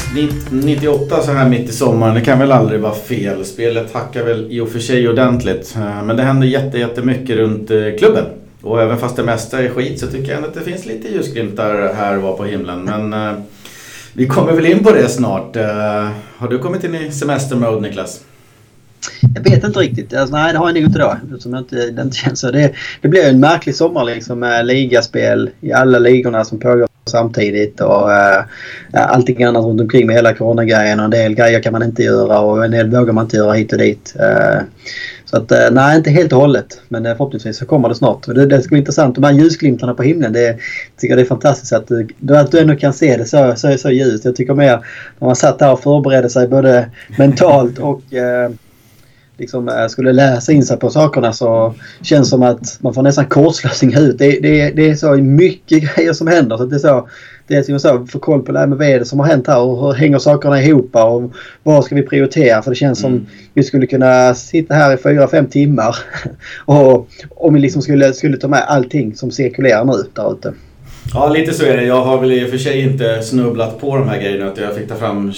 98 så här mitt i sommaren, det kan väl aldrig vara fel. Spelet hackar väl i och för sig ordentligt. Men det händer jättemycket runt klubben. Och även fast det mesta är skit så tycker jag att det finns lite ljusglimtar här och var på himlen. Men vi kommer väl in på det snart. Har du kommit in i semestermode, Niklas? Jag vet inte riktigt. Alltså, nej, det har jag nog inte då. Som det inte känns så. Det blir en märklig sommar liksom, med ligaspel i alla ligorna som pågår samtidigt och allting annat runt omkring med hela coronagrejen. Och en del grejer kan man inte göra och en del vågar man inte göra hit och dit. Så att nej, inte helt och hållet. Men förhoppningsvis så kommer det snart. Och det ska bli intressant. De här ljusglimtarna på himlen, tycker jag det är fantastiskt att du ändå kan se det så ljust. Jag tycker mer när man satt där och förberedde sig både mentalt och liksom skulle läsa in sig på sakerna, så känns som att man får nästan kortslösning ut. Det är så mycket grejer som händer, så det är så få koll på vad är det som har hänt här och hur hänger sakerna ihop och vad ska vi prioritera, för det känns som vi skulle kunna sitta här i 4-5 timmar och om vi liksom skulle ta med allting som cirkulerar nu där ute. Ja, lite så är det. Jag har väl i och för sig inte snubblat på de här grejerna, att jag fick ta fram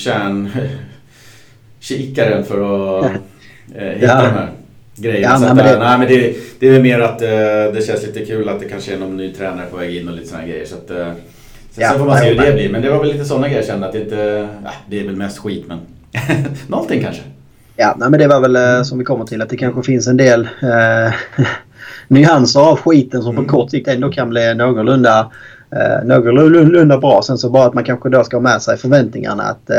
kikaren för att hitta de här grejerna. Ja, men det är mer att det känns lite kul att det kanske är någon ny tränare på väg in och lite såna grejer. Så att, sen får man se hur det blir. Men det var väl lite sådana grejer, kände att det inte... det är väl mest skit, men någonting kanske. Ja, men det var väl som vi kommer till, att det kanske finns en del nyanser av skiten som på kort sikt ändå kan bli någorlunda bra. Sen så bara att man kanske då ska ha med sig förväntningarna att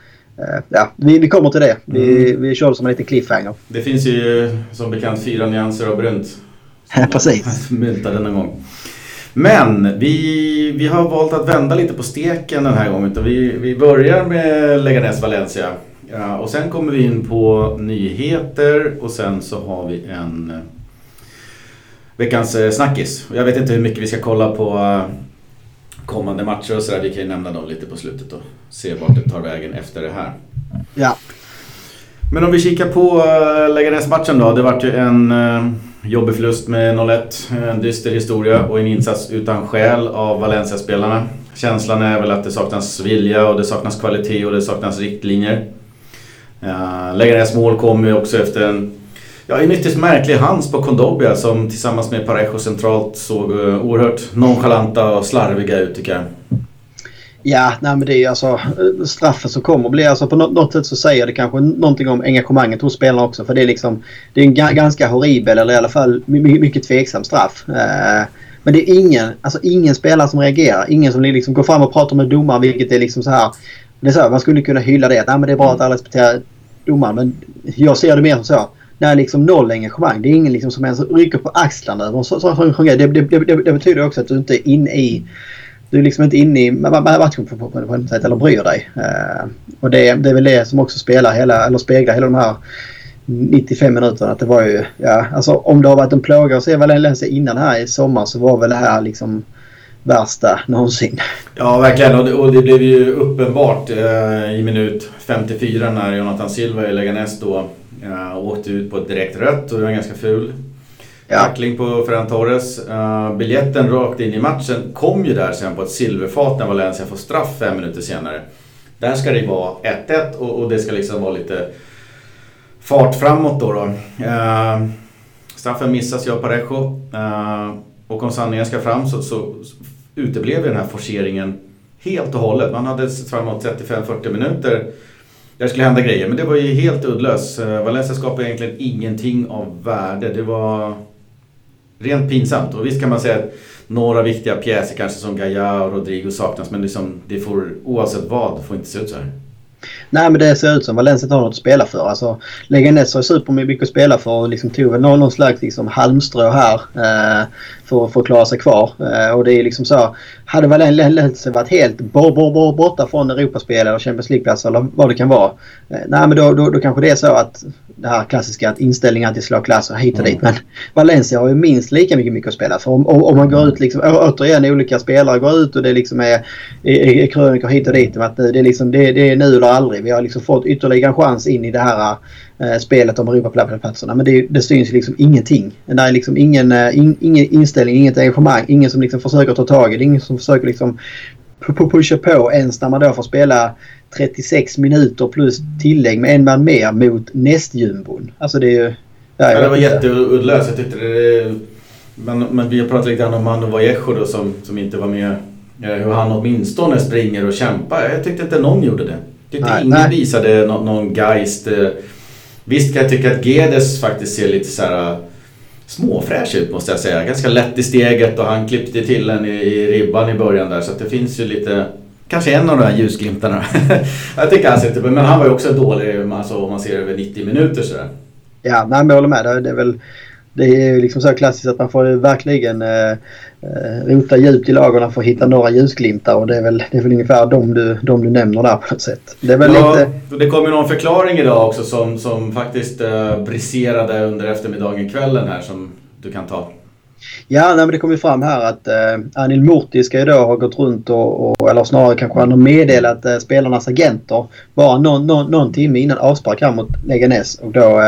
vi kommer till det. Vi kör som en liten cliffhanger. Det finns ju som bekant 4 nyanser av brunt. Precis. Myntade någon gång. Men vi har valt att vända lite på steken den här gången. Vi börjar med Leganés Valencia. Och sen kommer vi in på nyheter. Och sen så har vi en veckans snackis. Jag vet inte hur mycket vi ska kolla på kommande matcher och sådär. Vi kan ju nämna dem lite på slutet och se vart det tar vägen efter det här. Ja. Men om vi kikar på Leganés-matchen då. Det var ju en jobbig förlust med 0-1. En dyster historia och en insats utan skäl av Valencia-spelarna. Känslan är väl att det saknas vilja och det saknas kvalitet och det saknas riktlinjer. Leganés mål kom ju också efter en ytterst märklig hands på Kondogbia som tillsammans med Parejo centralt såg oerhört nonchalanta och slarviga ut, tycker jag. Ja, men det är alltså straffen som kommer bli, alltså på något sätt så säger det kanske någonting om engagemanget hos spelarna också, för det är en ganska horribel, eller i alla fall mycket tveksam straff. Men det är ingen spelare som reagerar, ingen som liksom går fram och pratar med domaren, vilket är liksom så här, det är så här, man skulle kunna hylla det, men det är bra att alla respekterar domaren, men jag ser det mer som så. Det är liksom noll engagemang. Det är ingen liksom som ens rycker på axlarna över. Det betyder också att du inte är inne i... Du är liksom inte inne i matchen på något sätt, eller bryr dig. Och det är väl det som också speglar hela de här 95 minuterna. Att det var ju... alltså om det har varit en plåga att se Valencia innan här i sommar, så var väl det här liksom värsta någonsin. Ja, verkligen. Och det blev ju uppenbart i minut 54 när Jonathan Silva i Leganés då åkte ut på ett direkt rött, och det var en ganska ful tackling på Ferran Torres. Biljetten rakt in i matchen kom ju där sen på ett silverfat när Valencia får straff 5 minuter senare. Där ska det vara 1-1 och det ska liksom vara lite fart framåt då. Straffen missas ju av Parejo, och om sanningen ska fram så uteblev den här forceringen helt och hållet. Man hade sett fram emot 35-40 minuter. Det skulle hända grejer, men det var ju helt uddlös. Valencia skapade egentligen ingenting av värde. Det var rent pinsamt. Och visst kan man säga att några viktiga pjäser kanske som Gaia och Rodrigo saknas, men liksom, det får, oavsett vad, får inte se ut så här. Nej, men det ser ut som Valencia har något att spela för. Alltså, Leganés har supermycket att spela för, och liksom tog väl någon slags liksom halmstrå här för att klara sig kvar. Och det är liksom så, hade Valencia varit helt borta från Europaspel eller Champions League-plats eller vad det kan vara. Nej, men då kanske det är så att det här klassiska, att inställningen till slå klass och hit och dit. Men Valencia har ju minst lika mycket att spela för. Om man går ut liksom, återigen olika spelare går ut och det liksom är krönikor hit och dit. Att det är nu eller aldrig. Vi har liksom fått ytterligare en chans in i det här spelet om Europaplatserna. Men det syns liksom ingenting. Det är liksom ingen inställning, inget engagemang. Ingen som liksom försöker ta tag i det. Ingen som försöker liksom pusha på ens när man då får spela 36 minuter plus tillägg med en man mer mot nästjumbon. Alltså det är ju... Ja, det var jätteuddlöst. Jag tyckte det... Men vi har pratat lite om Manu Vallejo då, som inte var med. Hur han åtminstone springer och kämpar. Jag tyckte inte någon gjorde det. Jag tyckte ingen visade någon geist. Visst kan jag tycka att Guedes faktiskt ser lite så här småfräsch ut, måste jag säga. Ganska lätt i steget och han klippte till en i ribban i början där. Så att det finns ju lite... Kanske en av de här ljusglimtarna. Jag tycker han sitter... Men han var ju också dålig alltså, om man ser över 90 minuter så där. Ja, nej, men jag håller med. Det är liksom så klassiskt att man får verkligen rota djupt i lagarna för att hitta några ljusglimtar, och det är väl ungefär de du nämner där på något sätt. Det är väl lite... Det kom ju någon förklaring idag också som faktiskt briserade under eftermiddagen, kvällen här, som du kan ta. Ja, nej, men det kom ju fram här att Anil Murti ska ju då ha gått runt och eller snarare kanske han har meddelat spelarnas agenter bara någon timme innan avspark här mot Leganes, och då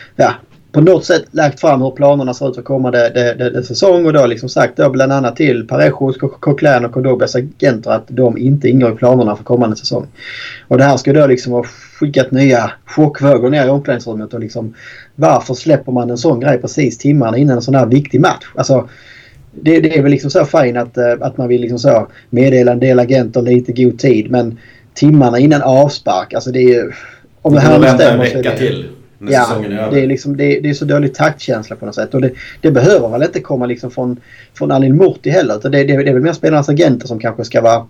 på något sätt lagt fram hur planerna ser ut för kommande säsong, och då liksom sagt då bland annat till Parejos, Coquelin och Cordobias agenter att de inte ingår i planerna för kommande säsong. Och det här ska då liksom ha skickat nya chockvågor ner i omklädningsrummet, och liksom varför släpper man en sån grej precis timmarna innan en sån här viktig match? Alltså det är väl liksom så fint att man vill liksom så meddela en del agenter lite god tid, men timmarna innan avspark, alltså det är ju... Om det här vänta en vecka till. Ja, det är liksom det är så dålig taktkänsla på något sätt, och det behöver väl inte komma liksom från Anil Murti heller, utan det är väl mer spelarnas agenter som kanske ska vara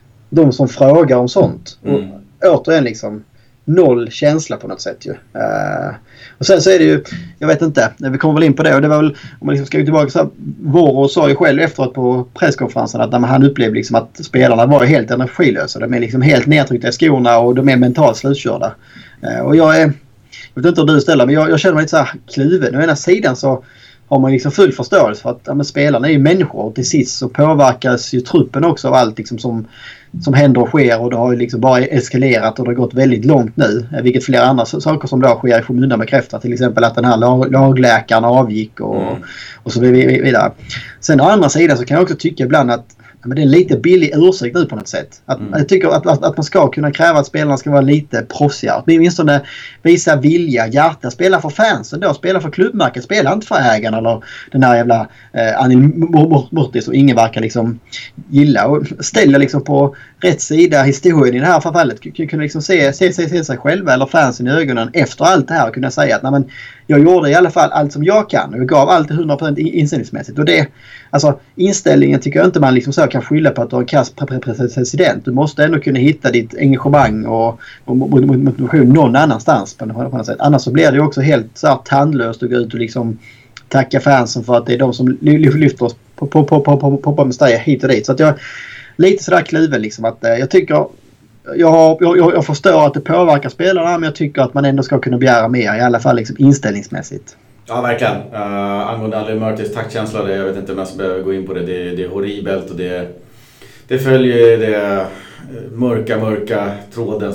de som frågar om sånt. Och återigen liksom noll känsla på något sätt ju. Och sen så är det ju, jag vet inte, vi kommer väl in på det, och det var väl, om man liksom ska gå tillbaka så här, Voro sa ju själv efteråt på presskonferensen att han upplevde liksom att spelarna var ju helt energilösa, de är liksom helt nedtryckta i skorna och de är mentalt slutkörda. Och jag vet inte hur du ställer, men jag känner mig lite så här kluven. Å ena sidan så har man liksom full förståelse för att spelarna är ju människor, och till sist så påverkas ju truppen också av allt liksom som händer och sker, och det har ju liksom bara eskalerat och det har gått väldigt långt nu, vilket flera andra saker som då sker i skymundan bekräftar, till exempel att den här lagläkaren avgick och så vidare. Sen å andra sidan så kan jag också tycka ibland att men det är en lite billig ursäkt nu på något sätt. Jag tycker att man ska kunna kräva att spelarna ska vara lite proffsigare. Åtminstone visa vilja, hjärta, spela för fansen då, spela för klubbmärket, spela inte för ägarna eller den här jävla Anil Murti som ingen verkar liksom gilla, och ställa liksom på rätt sida historien i det här fallet, kunna liksom se sig själva eller fansen i ögonen efter allt det här och kunna säga att nej, men jag gjorde i alla fall allt som jag kan och jag gav allt 100% inställningsmässigt, och det, alltså inställningen tycker jag inte man liksom så kan skylla på att du har en kass president. Du måste ändå kunna hitta ditt engagemang och motivation någon annanstans på något sätt. Annars så blir det ju också helt så här tandlöst att gå ut och liksom tacka fansen för att det är de som lyfter oss på med steg hit och dit. Så att jag lite sådär kluven liksom, att jag tycker jag förstår att det påverkar spelarna, men jag tycker att man ändå ska kunna begära mer, i alla fall liksom inställningsmässigt. Ja, verkligen. Angående Anil Murtis taktkänsla, jag vet inte om jag ska behöva gå in på det. Det är horribelt, och det följer det mörka tråden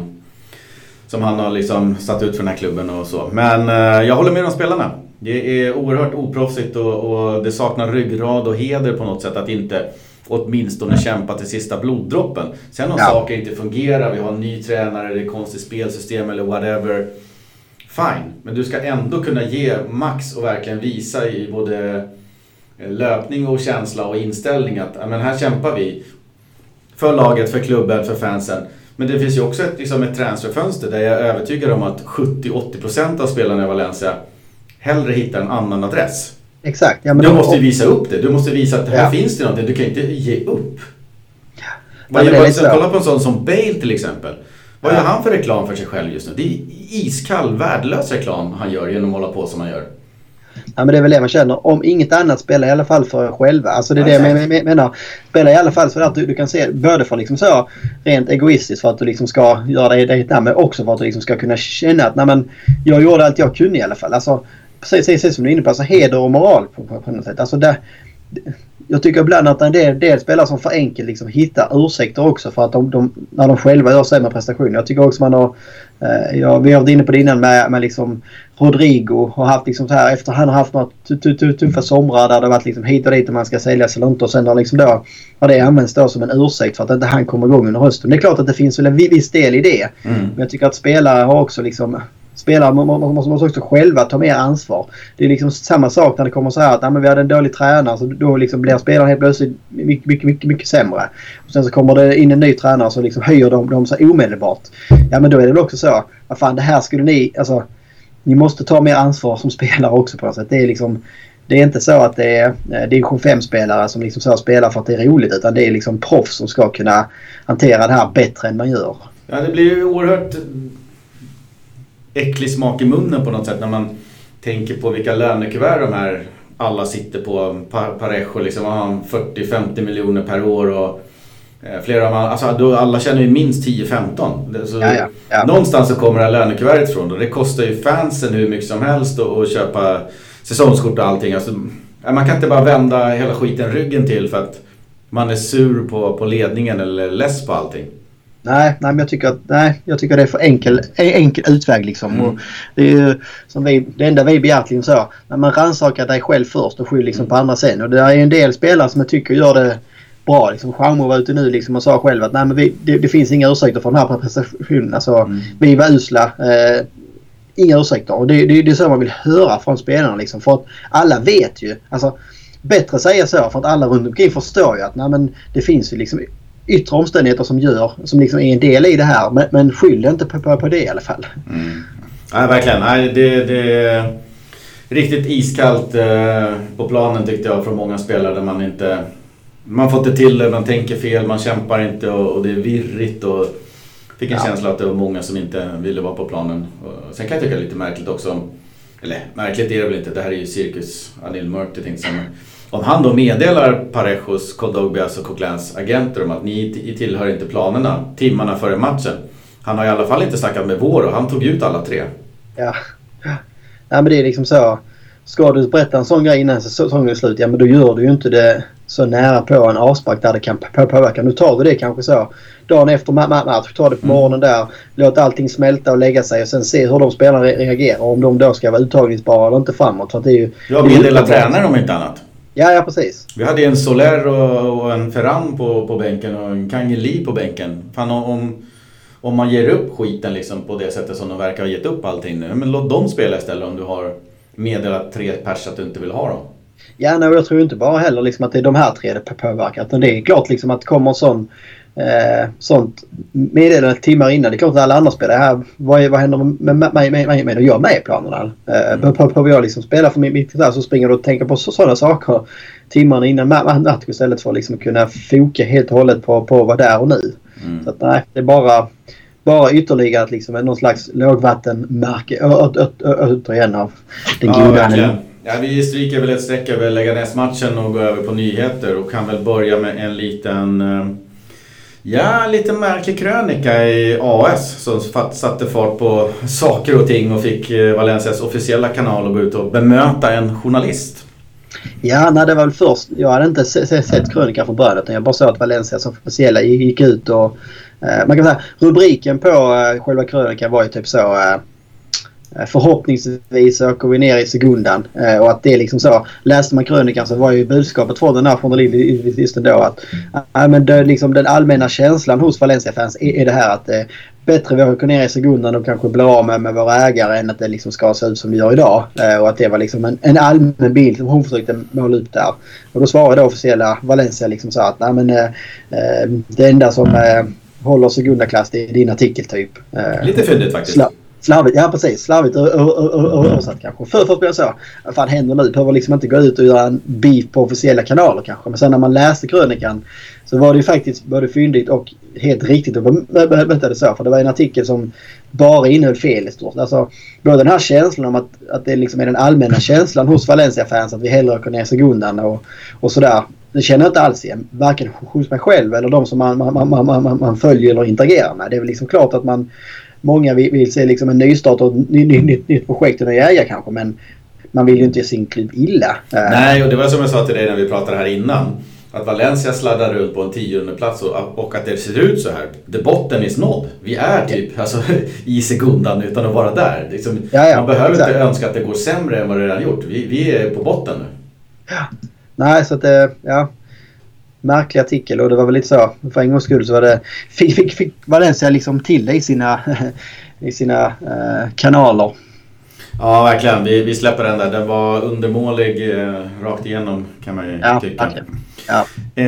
som han har liksom satt ut för den här klubben och så. Men jag håller med om spelarna. Det är oerhört oproffsigt och det saknar ryggrad och heder på något sätt att inte åtminstone kämpa till sista bloddroppen. Sen om saker inte fungerar, vi har en ny tränare, det är konstigt spelsystem eller whatever, fine. Men du ska ändå kunna ge max och verkligen visa i både löpning och känsla och inställning att men här kämpar vi för laget, för klubben, för fansen. Men det finns ju också ett transferfönster där jag är övertygad om att 70-80% av spelarna i Valencia hellre hittar en annan adress. Exakt. Ja, men du måste visa upp det. Du måste visa att här finns det någonting. Du kan inte ge upp. Kolla på en sån som Bale till exempel. Vad gör han för reklam för sig själv just nu? Det är iskall, värdelös reklam han gör genom att hålla på som han gör. Ja, men det är väl det man känner. Om inget annat, spelar i alla fall för själva. Alltså det är det jag menar. Spela i alla fall så att du kan se, både för liksom så rent egoistiskt för att du liksom ska göra det namn, men också för att du liksom ska kunna känna att nej, men jag gjorde allt jag kunde i alla fall. Alltså precis som du är inne på, alltså heder och moral på något sätt. Alltså jag tycker ibland att en del spelare som för enkelt liksom hittar ursäkter också för att när de själva gör sämre prestationer. Jag tycker också man har vi har varit inne på det innan med liksom Rodrigo har haft liksom så här efter han har haft några tuffa somrar där det har varit liksom hit och dit om man ska säljas eller inte och sen har liksom då har det använts då som en ursäkt för att inte han kommer igång under hösten. Det är klart att det finns väl en viss del i det. Men jag tycker att spelare har också liksom spelare måste också själva ta mer ansvar. Det är liksom samma sak när det kommer så här att men vi hade en dålig tränare så då liksom blir spelaren helt plötsligt mycket sämre. Och sen så kommer det in en ny tränare så liksom höjer de så omedelbart. Ja men då är det väl också så vad fan det här skulle ni måste ta mer ansvar som spelare också på något sätt. Det är liksom det är inte så att det är division 5-spelare som liksom så spelar för att det är roligt utan det är liksom proffs som ska kunna hantera det här bättre än man gör. Ja det blir ju oerhört äcklig smak i munnen på något sätt när man tänker på vilka lönekuvert de här alla sitter på. Parejo liksom har 40-50 miljoner per år och flera av dem, alltså då alla känner ju minst 10-15. Ja. Någonstans så kommer det här lönekuvertet ifrån och det kostar ju fansen hur mycket som helst att köpa säsongskort och allting. Alltså, man kan inte bara vända hela skiten ryggen till för att man är sur på ledningen eller less på allting. Nej, men jag tycker det är för enkel utväg liksom. Och det är ju som det enda vi begärt liksom så när man rannsakar dig själv först och skyller liksom på andra sen. Och det är en del spelare som jag tycker gör det bra liksom. Charmo var ute nu liksom och sa själv att nej men det finns inga ursäkter för den här prestationen. Alltså vi var usla. Inga ursäkter. Och det är så man vill höra från spelarna liksom. För att alla vet ju. Alltså bättre säga så för att alla runt omkring förstår ju att nej men det finns ju liksom yttre omständigheter som liksom är en del i det här. Men skyll inte på det i alla fall. Nej, verkligen. Nej, det är riktigt iskallt på planen tyckte jag från många spelare där man fått det till, man tänker fel, man kämpar inte och det är virrigt och fick en känsla att det var många som inte ville vara på planen. Och sen kan jag tycka det är lite märkligt också, eller märkligt är det väl inte, det här är ju cirkus Anil Murti tänkte jag. Om han då meddelar Parejos, Kodogbias och Coquelins agenter om att ni tillhör inte planerna timmarna före matchen. Han har i alla fall inte snackat med vår och han tog ut alla 3. Ja, men det är liksom så. Ska du berätta en sån grej innan säsongen är slut, ja men då gör du ju inte det så nära på en avspark där det kan påverka. Nu tar du det kanske så dagen efter match, tar det på morgonen där, låt allting smälta och lägga sig och sen se hur de spelarna reagerar och om de då ska vara uttagningsbara eller inte framåt. För att det är ju... Du har meddelat tränare om inte annat. Ja, precis. Vi hade en Soler och en Ferran på bänken och en Kangeli på bänken. Fan, om man ger upp skiten liksom på det sättet som de verkar ha gett upp allting nu. Men låt dem spela istället om du har meddelat 3 pers att du inte vill ha dem. Ja, nej, jag tror inte bara heller liksom att det är de här 3 det påverkar. Utan det är klart liksom att det kommer sånt meddelande timmar innan. Det är klart att alla andra spelar här. Vad händer med mig? Och jag är med i planerna. Behöver jag liksom spela för mitt där så springer du och tänker på sådana saker timmarna innan match istället för att liksom kunna foka helt och hållet på vad där och nu. Så att nej, det är bara ytterligare att liksom någon slags lågvattenmärke återigen av den goda. Ja, vi stryker väl ett streck över Leganes-matchen och går över på nyheter och kan väl börja med en lite märklig krönika i AS som satte fart på saker och ting och fick Valencias officiella kanal att gå ut och bemöta en journalist. Ja, nej, det var väl först. Jag hade inte sett krönikan från början utan jag bara såg att Valencias officiella gick ut och man kan säga rubriken på själva krönikan var ju typ så förhoppningsvis åker vi ner i sekundan och att det är liksom så, läste man krönikan så var ju budskapet från den här journalisten då att men det, liksom den allmänna känslan hos Valencia-fans är det här att bättre vi åker ner i sekundan och kanske blir av med våra ägare än att det liksom ska se ut som det gör idag och att det var liksom en allmän bild som hon försökte måla upp där och då svarade det officiella Valencia liksom så att nej, men det enda som håller sekundaklass det är din artikel typ. Lite fyndigt faktiskt. Slarvigt, ja precis. Slarvigt översatt kanske. Först blir det så. Vad fan händer nu? Behöver liksom inte gå ut och göra en beef på officiella kanaler kanske. Men sen när man läste krönikan så var det ju faktiskt både fyndigt och helt riktigt att bemöta det så. För det var en artikel som bara innehöll fel i stort. Alltså både den här känslan om att det liksom är den allmänna känslan hos Valencia-fans att vi hellre åker ner sekundan och sådär. Det känner jag inte alls igen. Varken hos mig själv eller de som man följer eller interagerar med. Det är väl liksom klart att många vill se liksom en nystart och ett nytt projekt och nya ägare kanske. Men man vill ju inte ge sin klubb illa. Nej, och det var som jag sa till dig när vi pratade här innan. Att Valencia sladdar runt på en 10:e plats och att det ser ut så här. The botten is nådd. Vi är typ alltså, i sekundan utan att vara där. Liksom, man behöver inte önska att det går sämre än vad det redan gjort. Vi är på botten nu. Ja. Nej, så att det... Ja. Märklig artikel, och det var väl lite så för en gångs skull så var det fick Valencia liksom till det i sina kanaler. Ja, verkligen. Vi släpper den där. Den var undermålig rakt igenom, kan man ju tycka. Okay. Ja.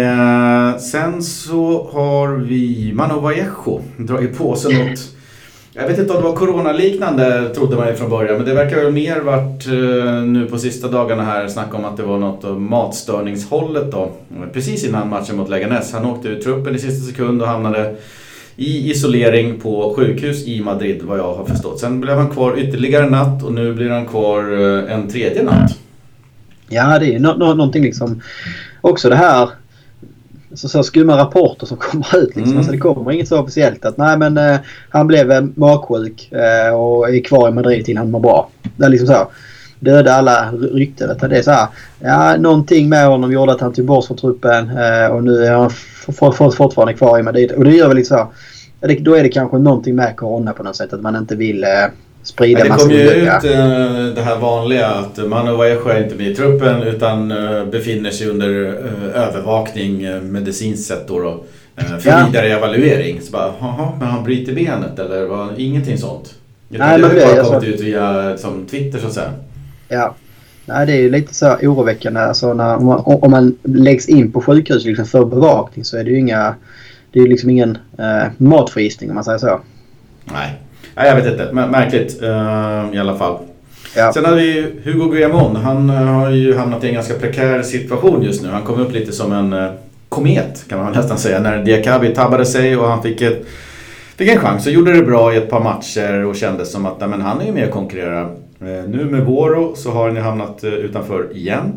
Sen så har vi Manu Vallejo dragit på sig något. Jag vet inte om det var coronaliknande, trodde man ju från början. Men det verkar väl mer varit nu på sista dagarna här snacka om att det var något av matstörningshållet då. Precis innan matchen mot Leganés. Han åkte ut truppen i sista sekund och hamnade i isolering på sjukhus i Madrid, vad jag har förstått. Sen blev han kvar ytterligare natt och nu blir han kvar en tredje natt. Ja, det är någonting liksom. Också det här så skumma rapporter som kommer ut liksom. Alltså det kommer inget så officiellt att nej, men han blev magsjuk och är kvar i Madrid till han mår bra. Det är liksom så. Döda alla rykten. Det är så här, ja, någonting med honom gjorde att han tog bort från truppen och nu är han fortfarande kvar i Madrid. Och det gör väl liksom så. Då är det kanske någonting med corona på något sätt, att man inte vill sprida det kom ju ut det här vanliga att Manu Vallejo är inte med i truppen utan befinner sig under övervakning medicinskt sett då för vidare evaluering. Så bara, men han bryter benet eller var ingenting sånt? Nej, men det har bara kommit ut via som Twitter så att säga. Ja. Nej, det är ju lite så oroväckande. Alltså om man läggs in på sjukhus liksom för bevakning så är det ju det är liksom ingen matförgiftning om man säger så. Nej, jag vet inte. Märkligt i alla fall. Ja. Sen har vi Hugo Guillamón. Han har ju hamnat i en ganska prekär situation just nu. Han kom upp lite som en komet kan man nästan säga. När Diakabi tabbade sig och han fick en chans så gjorde det bra i ett par matcher och kändes som att men han är ju med och konkurrerar. Nu med Voro så har ni hamnat utanför igen.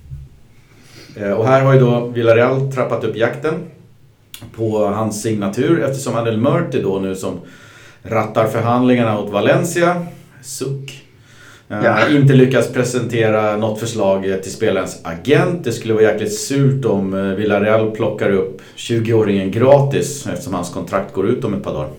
Och här har ju då Villarreal trappat upp jakten på hans signatur eftersom Adel Murti då nu som rattar förhandlingarna åt Valencia, suck. Inte lyckas presentera något förslag till spelarens agent. Det skulle vara jäkligt surt om Villarreal plockar upp 20-åringen gratis eftersom hans kontrakt går ut om ett par dagar.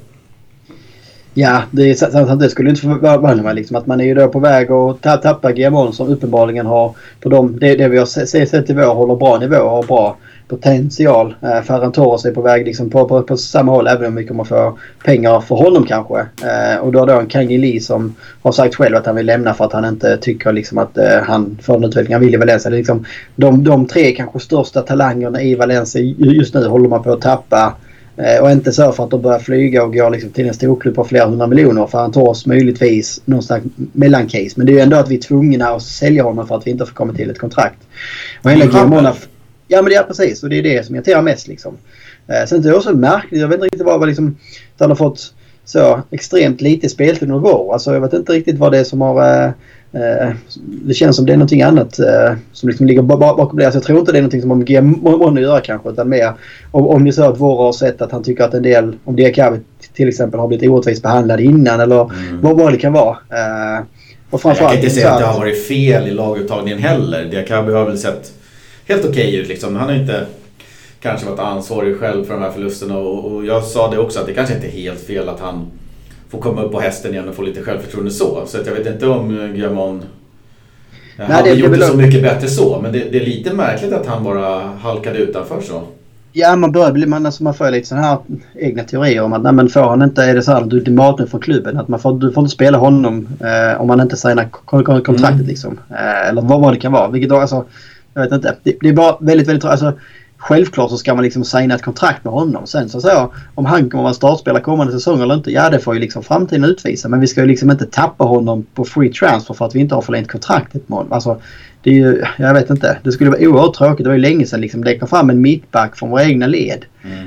Ja, det skulle inte förvåna mig liksom, att man är ju då på väg att tappa Guillamón som uppenbarligen har på det vi har sett i vår håller bra nivå och har bra potential. Ferran Torres är på väg liksom på samma håll, även om vi kommer få pengar för honom kanske. Och då en Kangin Lee som har sagt själv att han vill lämna för att han inte tycker liksom att han får en utveckling. Han vill i Valencia. Det är liksom, de tre kanske största talangerna i Valencia just nu håller man på att tappa. Och inte så för att de börjar flyga och gå liksom till en storklubb på flera 100 miljoner för han tar oss möjligtvis någonstans mellancase. Men det är ju ändå att vi är tvungna att sälja honom för att vi inte får komma till ett kontrakt. Och hela Guillamón, ja men det är precis, och det är det som irriterar mest liksom. Sen är det också märkligt, jag vet inte riktigt vad liksom, att han har fått så extremt lite speltid under vår. Alltså jag vet inte riktigt vad det är som har det känns som det är någonting annat som liksom ligger bakom det. Alltså jag tror inte det är någonting som har Guillamón att göra kanske, utan mer om ni så att vår har sett att han tycker att en del, om Diakabi till exempel har blivit orättvist behandlad innan eller vad det kan vara. Och framförallt, jag kan inte säga att det har varit fel i laguttagningen heller. Diakabi har väl sett helt okej ut liksom. Han har inte kanske varit ansvarig själv för de här förlusterna och jag sa det också att det kanske inte är helt fel att han får komma upp på hästen igen och få lite självförtroende så att jag vet inte om Guillamón hade gjort det så mycket bättre så, men det är lite märkligt att han bara halkade utanför så. Ja, man får lite sådana här egna teorier om att nej, men får han inte, är det så här ultimat nu från klubben att du får inte spela honom om man inte signar kontraktet liksom, eller vad det kan vara, vilket då alltså jag vet inte, det är bara väldigt alltså självklart så ska man liksom signa ett kontrakt med honom. Sen så om han kommer vara startspelare kommande säsong eller inte, ja det får ju liksom framtiden utvisa. Men vi ska ju liksom inte tappa honom på free transfer för att vi inte har förlängt kontraktet med honom. Alltså det är ju, jag vet inte, det skulle vara oerhört tråkigt. Det var ju länge sedan liksom det kom fram en mittback från våra egna led.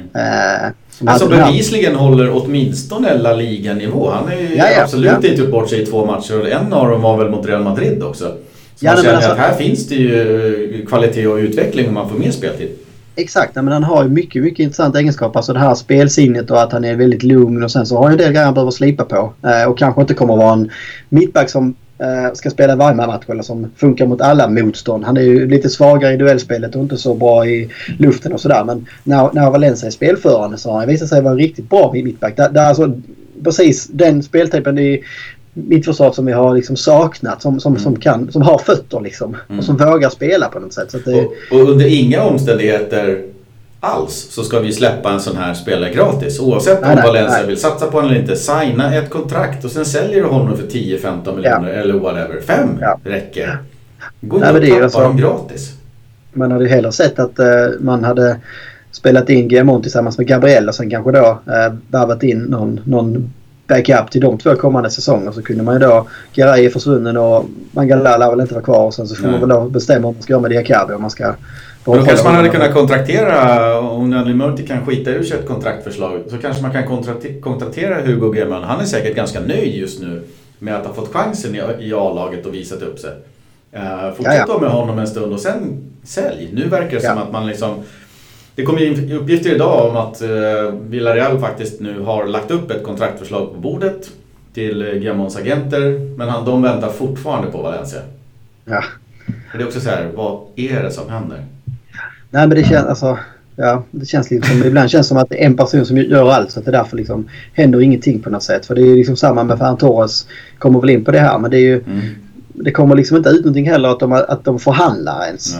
Alltså bevisligen håller åtminstone La Liga-nivå. Han är ju absolut inte gjort bort sig i 2 matcher och en av dem var väl mot Real Madrid också. Så man känner att här finns det ju kvalitet och utveckling om man får mer speltid. Exakt, men han har ju mycket intressanta egenskaper. Alltså det här spelsinnet och att han är väldigt lugn och sen så har han en del grejer han behöver slipa på. Och kanske inte kommer att vara en mittback som ska spela varje match eller som funkar mot alla motstånd. Han är ju lite svagare i duellspelet och inte så bra i luften och sådär. Men när Valencia är spelförande så har han visat sig vara riktigt bra i mittback. Där alltså precis den speltypen i mittförsvar som vi har liksom saknat som har fötter liksom och som vågar spela på något sätt. Så att det... och under inga omständigheter alls så ska vi släppa en sån här spelare gratis. Oavsett om Valencia vill satsa på honom eller inte. Signa ett kontrakt och sen säljer du honom för 10-15 miljoner eller whatever. 5 räcker. Gå inte och tappa dem gratis. Man hade ju hellre sett att man hade spelat in Guillamon tillsammans med Gabriel och sen kanske då värvat in någon backup till de 2 kommande säsonger, så kunde man ju då Garay är försvunnen och Mangala lär väl inte vara kvar och sen så får man väl då bestämma om man ska göra med Diakabi om man ska. Då kanske man hade kunnat kontraktera, om Nelly Murti kan skita ur sig ett kontraktförslag, så kanske man kan kontraktera Hugo Guillamon. Han är säkert ganska nöjd just nu med att ha fått chansen i A-laget och visat upp sig. Fortsätt då med honom en stund och sen sälj. Nu verkar det som att man liksom... Det kommer in uppgifter idag om att Villarreal faktiskt nu har lagt upp ett kontraktförslag på bordet till Guillamons agenter, men de väntar fortfarande på Valencia. Ja. Det är också så här, vad är det som händer? Nej, men det känns alltså, det känns liksom, ibland känns som att det är en person som gör allt, så att det därför liksom händer ingenting på något sätt. För det är liksom samma med Ferran Torres, kommer väl in på det här, men det är ju det kommer liksom inte ut någonting heller att de förhandlar ens.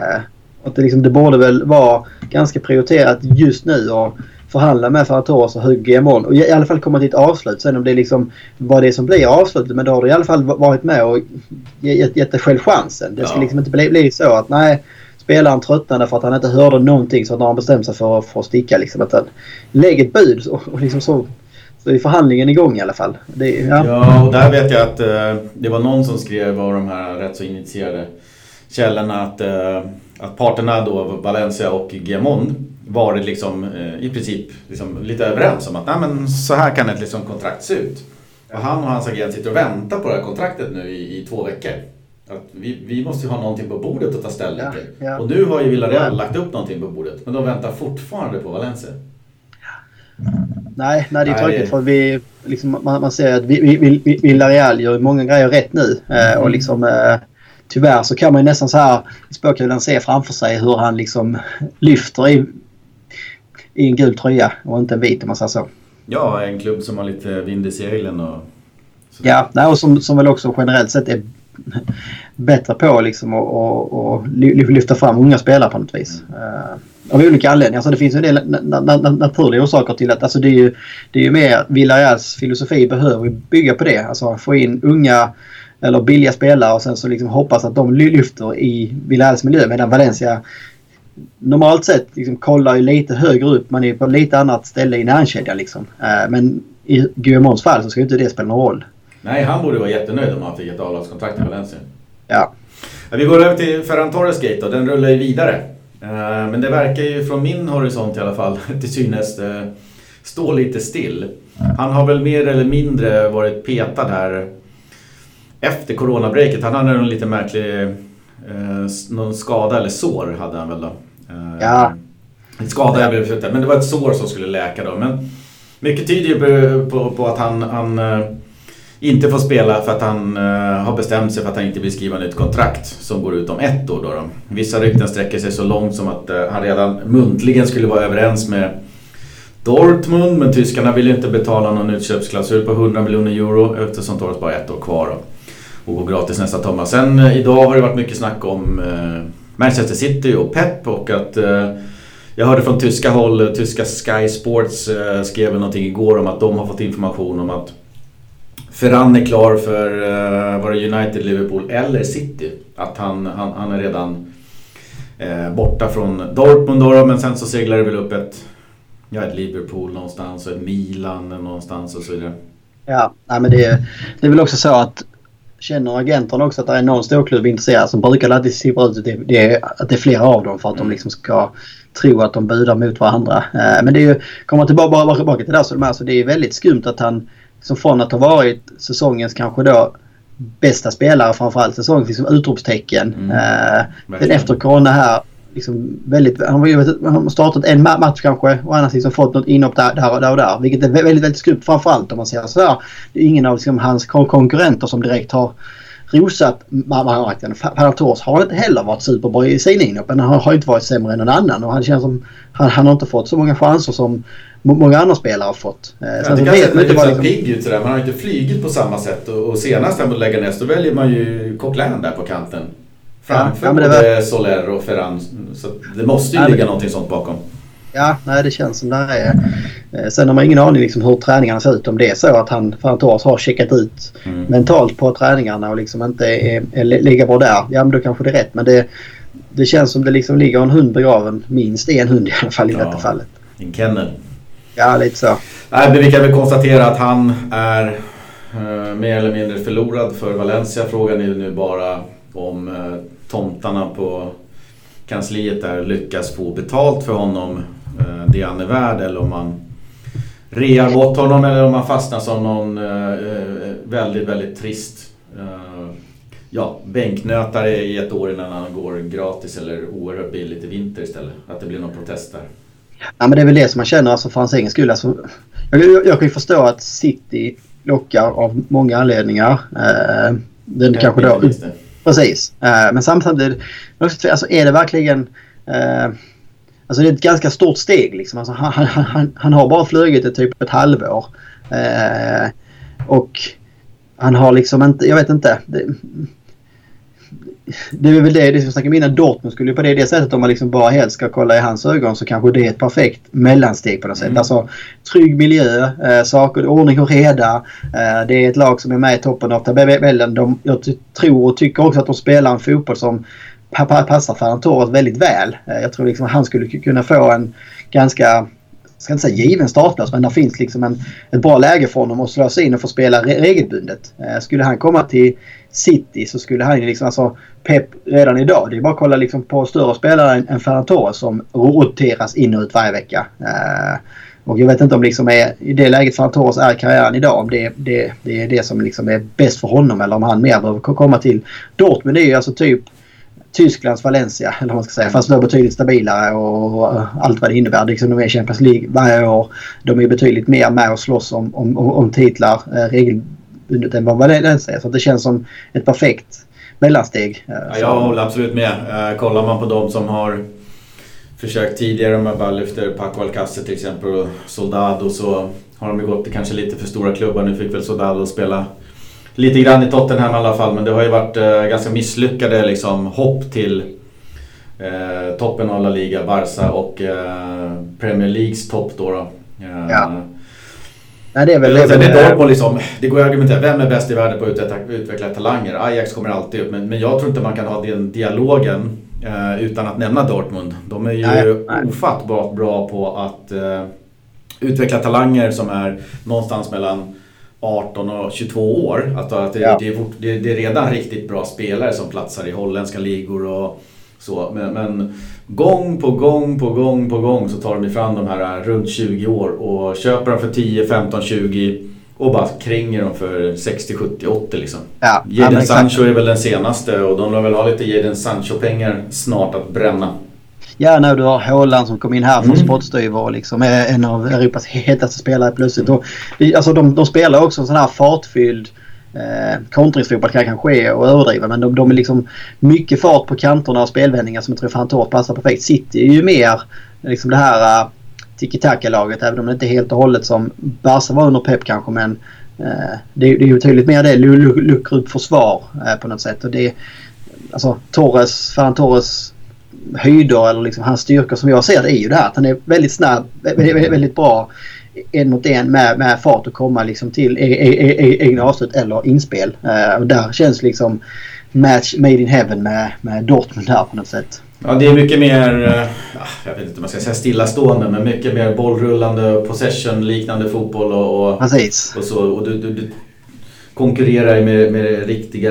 Att det borde väl vara ganska prioriterat just nu och förhandla med Ferran Torres och Hugo Guillamon och i alla fall komma till ett avslut. Sen om det liksom var det som blir avslutet, men då har du i alla fall varit med och gett dig själv chansen. Det ska liksom inte bli så att spelaren tröttnade för att han inte hörde någonting, så att när han bestämde sig för att sticka liksom, att han lägger ett bud och liksom så är förhandlingen igång i alla fall. Ja, och där vet jag att det var någon som skrev av de här rätt så initierade källorna att parterna då, Valencia och Guillamon, varit liksom i princip liksom lite överens om att men så här kan ett liksom kontrakt se ut. Och han och hans agent sitter och väntar på det här kontraktet nu i 2 veckor. Att vi måste ju ha någonting på bordet att ta ställning till. Ja. Och nu har ju Villarreal lagt upp någonting på bordet, men de väntar fortfarande på Valencia. Nej, det är tråkigt för vi liksom, man ser att Villarreal gör många grejer rätt nu och liksom tyvärr så kan man ju nästan så här i spåkulan se framför sig hur han liksom lyfter i en gul tröja och inte en vit, om man säger så. Ja, en klubb som har lite vind i seglen och så. Ja, och som väl också generellt sett är bättre på liksom och lyfta fram unga spelare på något vis. Av olika anledningar. Alltså det finns en del naturliga orsaker till att alltså det är ju mer Villarreals filosofi behöver bygga på det. Alltså få in unga eller billiga spelare och sen så liksom hoppas att de lyfter i Villarreals miljö, medan Valencia normalt sett liksom kollar ju lite högre upp. Man är på lite annat ställe i närkedjan liksom. Men i Guillamons fall så ska ju inte det spela någon roll. Nej, han borde vara jättenöjd om han fick ett avlagskontrakt i Valencia. Ja. Vi går över till Ferran Torres Gate och den rullar ju vidare. Men det verkar ju från min horisont i alla fall till synes stå lite still. Han har väl mer eller mindre varit petad här efter coronabreaket. Han hade en lite märklig någon skada eller sår hade han väl då. Ja. En skada men det var ett sår som skulle läka då. Men mycket tyder ju på att han inte får spela för att han har bestämt sig för att han inte vill skriva ett kontrakt som går ut om 1 år då. Vissa rykten sträcker sig så långt som att han redan muntligen skulle vara överens med Dortmund, men tyskarna vill inte betala någon utköpsklausul på 100 miljoner euro eftersom Torres bara 1 år kvar då. Och går gratis nästa sommar. Sen idag har det varit mycket snack om Manchester City och Pep, och att jag hörde från tyska håll, tyska Sky Sports skrev någonting igår om att de har fått information om att Ferran är klar för var det United, Liverpool eller City. Att han är redan borta från Dortmund då, men sen så seglar det väl upp ett Liverpool någonstans och ett Milan någonstans och så vidare. Ja, nej, men det är väl också så att känner agenterna också att det är någon storklubb intresserad som brukar alltid sippra ut att det är flera av dem för att de liksom ska tro att de budar mot varandra. Men det är ju, kommer tillbaka till det så det är väldigt skumt att han som från att ha varit säsongens kanske då bästa spelare, framförallt säsongens liksom utropstecken. Den efter corona här liksom väldigt, han har startat en match kanske och annars liksom fått något inhopp där, vilket är väldigt, väldigt skumt, framförallt om man säger så här. Det är ingen av liksom hans konkurrenter som direkt har rosat marknaden. Ferran Torres har inte heller varit superbra i sina inhopp, men han har inte varit sämre än någon annan, och han känns som han har inte fått så många chanser som många andra spelare har fått. Sen det kanske inte var liksom pigg ut sådär, man har inte flygit på samma sätt, och senast han lägger näst, då väljer man ju Coquelin där på kanten framför både Soler och Ferran, så det måste ju ligga någonting sånt bakom. Ja, nej, det känns som det är. Sen har man ingen aning liksom hur träningarna ser ut, om det är så att Ferran Torres har checkat ut mentalt på träningarna och liksom inte ligger bra där. Ja, men då kanske det är rätt, men det känns som det liksom ligger en hund begraven, minst en hund i alla fall i detta fallet. En kennel. Ja, lite så. Nej, men vi kan väl konstatera att han är mer eller mindre förlorad för Valencia. Frågan är nu bara om tomtarna på kansliet där lyckas få betalt för honom, det han är värd, eller om man rear bort honom, eller om man fastnar som någon väldigt, väldigt trist bänknötare i ett år innan han går gratis eller oerhört billigt i vinter istället. Att det blir någon protest där. Ja, men det är väl det som man känner, alltså, för hans egen skull. Alltså, jag kan ju förstå att City lockar av många anledningar. Den kanske då... Precis. Men samtidigt, alltså, är det verkligen... Alltså det är ett ganska stort steg liksom. Alltså, han har bara flugit i typ ett halvår. Och han har liksom inte... Jag vet inte... Det är väl det som snackar innan. Dortmund skulle ju på det sättet, om man liksom bara helt ska kolla i hans ögon, så kanske det är ett perfekt mellansteg på något sätt. Alltså trygg miljö, saker, ordning och reda. Det är ett lag som är med i toppen av tabellen. Jag tror och tycker också att de spelar en fotboll som passar Ferran Torres väldigt väl. Jag tror liksom att han skulle kunna få en ganska, ska inte säga given startplats, men det finns liksom ett bra läge för honom att slå sig in och få spela regelbundet. Skulle han komma till City så skulle han liksom, alltså Pep redan idag, det är bara att kolla liksom på större spelare än Ferran Torres som roteras in och ut varje vecka. Och jag vet inte om liksom är i det läget Ferran Torres är karriären idag, om det är det som liksom är bäst för honom, eller om han mer behöver komma till Dortmund. Det är ju alltså typ Tysklands Valencia, eller vad man ska säga, fast då betydligt stabilare och allt vad det innebär. Liksom de är Champions League varje år. De är betydligt mer med och slåss om titlar regelbundet än vad Valencia är. Så det känns som ett perfekt mellansteg. Ja, jag håller absolut med. Kollar man på de som har försökt tidigare, om man bara lyfter Paco Alcácer till exempel och Soldado, så har de ju gått till kanske lite för stora klubbar. Nu fick väl Soldado spela lite grann i Tottenham i alla fall, men det har ju varit ganska misslyckade liksom, hopp till toppen av La Liga, Barca och Premier Leagues topp då. Ja. Nej, det är väl liksom, det går att argumentera, vem är bäst i världen på att utveckla talanger? Ajax kommer alltid upp, men jag tror inte man kan ha den dialogen utan att nämna Dortmund. De är ju ofattbart bra på att utveckla talanger som är någonstans mellan 18 och 22 år. Att det är redan riktigt bra spelare som platsar i holländska ligor och så. Men gång på gång så tar de fram de här runt 20 år och köper dem för 10, 15, 20 och bara kränger dem för 60, 70, 80 liksom. Ja, Jadon Sancho är väl den senaste, och de vill väl ha lite Jadon Sancho-pengar snart att bränna. Ja, när du har Haaland som kom in här från spottstyver och liksom är en av Europas hetaste spelare plötsligt. Och, alltså de spelar också en sån här fartfylld kontringsfotboll, kan ske och överdriva, men de är liksom mycket fart på kanterna och spelvändningar som jag tror Ferran Torres passar perfekt. City är ju mer liksom det här tiki-taka-laget, även om det inte är helt och hållet som Barca var under Pep kanske, men det är ju tydligt mer det luckrar upp försvar på något sätt. Och det, alltså Ferran Torres höjder, eller liksom hans styrka som jag ser det, är ju det här att han är väldigt snabb, väldigt bra en mot en med fart och komma liksom till egna avslut eller inspel. Och där känns liksom match made in heaven med Dortmund här på något sätt. Ja, det är mycket mer, jag vet inte om man ska säga stillastående, men mycket mer bollrullande, possession-liknande fotboll och så. Och du konkurrerar med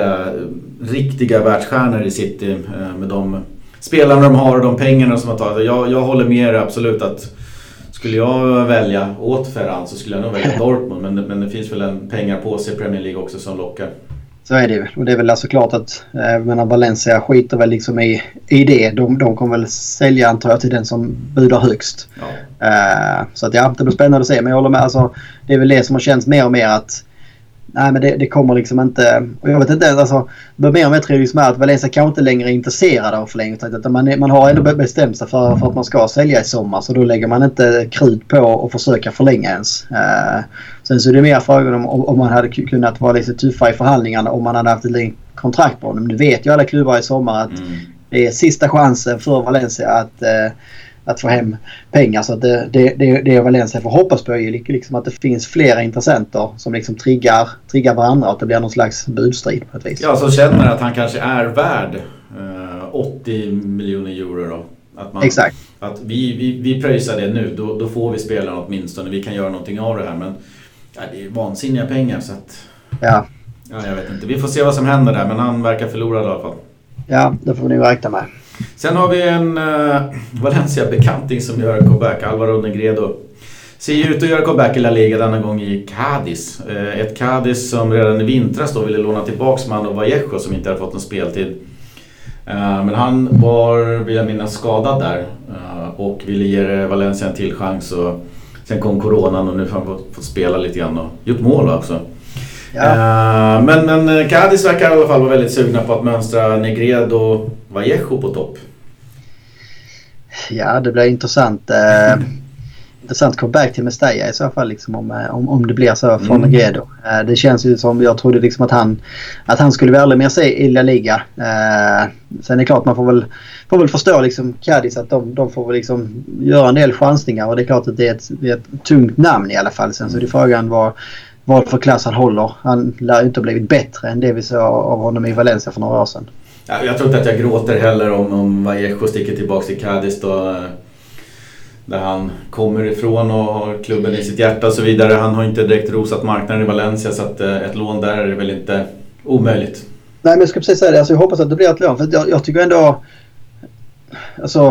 riktiga världsstjärnor i City med de spelarna de har och de pengarna som har tagit. Jag håller med absolut att skulle jag välja åt Ferran så skulle jag nog välja Dortmund, men det finns väl en pengar på sig i Premier League också som lockar. Så är det väl. Och det är väl alltså klart att Valencia skiter väl liksom i det. De kommer väl sälja, antar jag, till den som budar högst. Ja. Så att det blir spännande att se. Men jag håller med, alltså, det är väl det som har känts mer och mer att Nej, men det kommer liksom inte... Och jag vet inte, alltså... Mer och mer tror jag att Valencia kanske inte längre är intresserad av förlängning. Man har ändå bestämt sig för att man ska sälja i sommar. Så då lägger man inte krut på att försöka förlänga ens. Sen så är det mer frågan om man hade kunnat vara lite tuffa i förhandlingarna om man hade haft ett kontrakt på honom. Nu vet ju alla klubbar i sommar att det är sista chansen för Valencia att få hem pengar, så att det Valencia får hoppas på är liksom att det finns flera intressenter som liksom triggar varandra och att det blir någon slags budstrid på ett vis. Ja, så känner att han kanske är värd 80 miljoner euro då. Exakt. Att vi pröjsar det nu, då får vi spela åtminstone, vi kan göra någonting av det här, men det är vansinniga pengar så att... Ja, jag vet inte. Vi får se vad som händer där, men han verkar förlorad i alla fall. Ja, det får ni räkna med. Sen har vi en Valencia-bekanting som gör comeback, Alvaro Negredo. Ser ju ut att göra comeback i La Liga denna gång i Cádiz. Ett Cádiz som redan i vintras då ville låna tillbaks Manu Vallejo som inte hade fått någon speltid. Men han var, vill jag minnas, skadad där och ville ge Valencia en till chans. Och sen kom coronan och nu har han fått spela lite grann och gjort mål också. Ja. Men Cádiz verkar i alla fall vara väldigt sugna på att mönstra Negredo Vallejo på topp. Ja, det blir intressant. Intressant comeback till Mestalla i så fall liksom, om det blir så från Negredo. Det känns ju som jag trodde liksom att han skulle väl mer se i La Liga. Sen är det klart man får väl förstå liksom Cádiz att de får väl liksom göra en del chansningar, och det är klart att det är ett tungt namn i alla fall. Sen så är det frågan vad för klass han håller. Han lär inte ha blivit bättre än det vi såg av honom i Valencia för några år sedan. Ja, jag tror inte att jag gråter heller om Vallejo sticker tillbaka till Cádiz då, där han kommer ifrån och har klubben i sitt hjärta och så vidare. Han har inte direkt rosat marknaden i Valencia, så att ett lån där är väl inte omöjligt. Nej, men jag ska precis säga det. Alltså, jag hoppas att det blir ett lån, för jag tycker ändå... Alltså...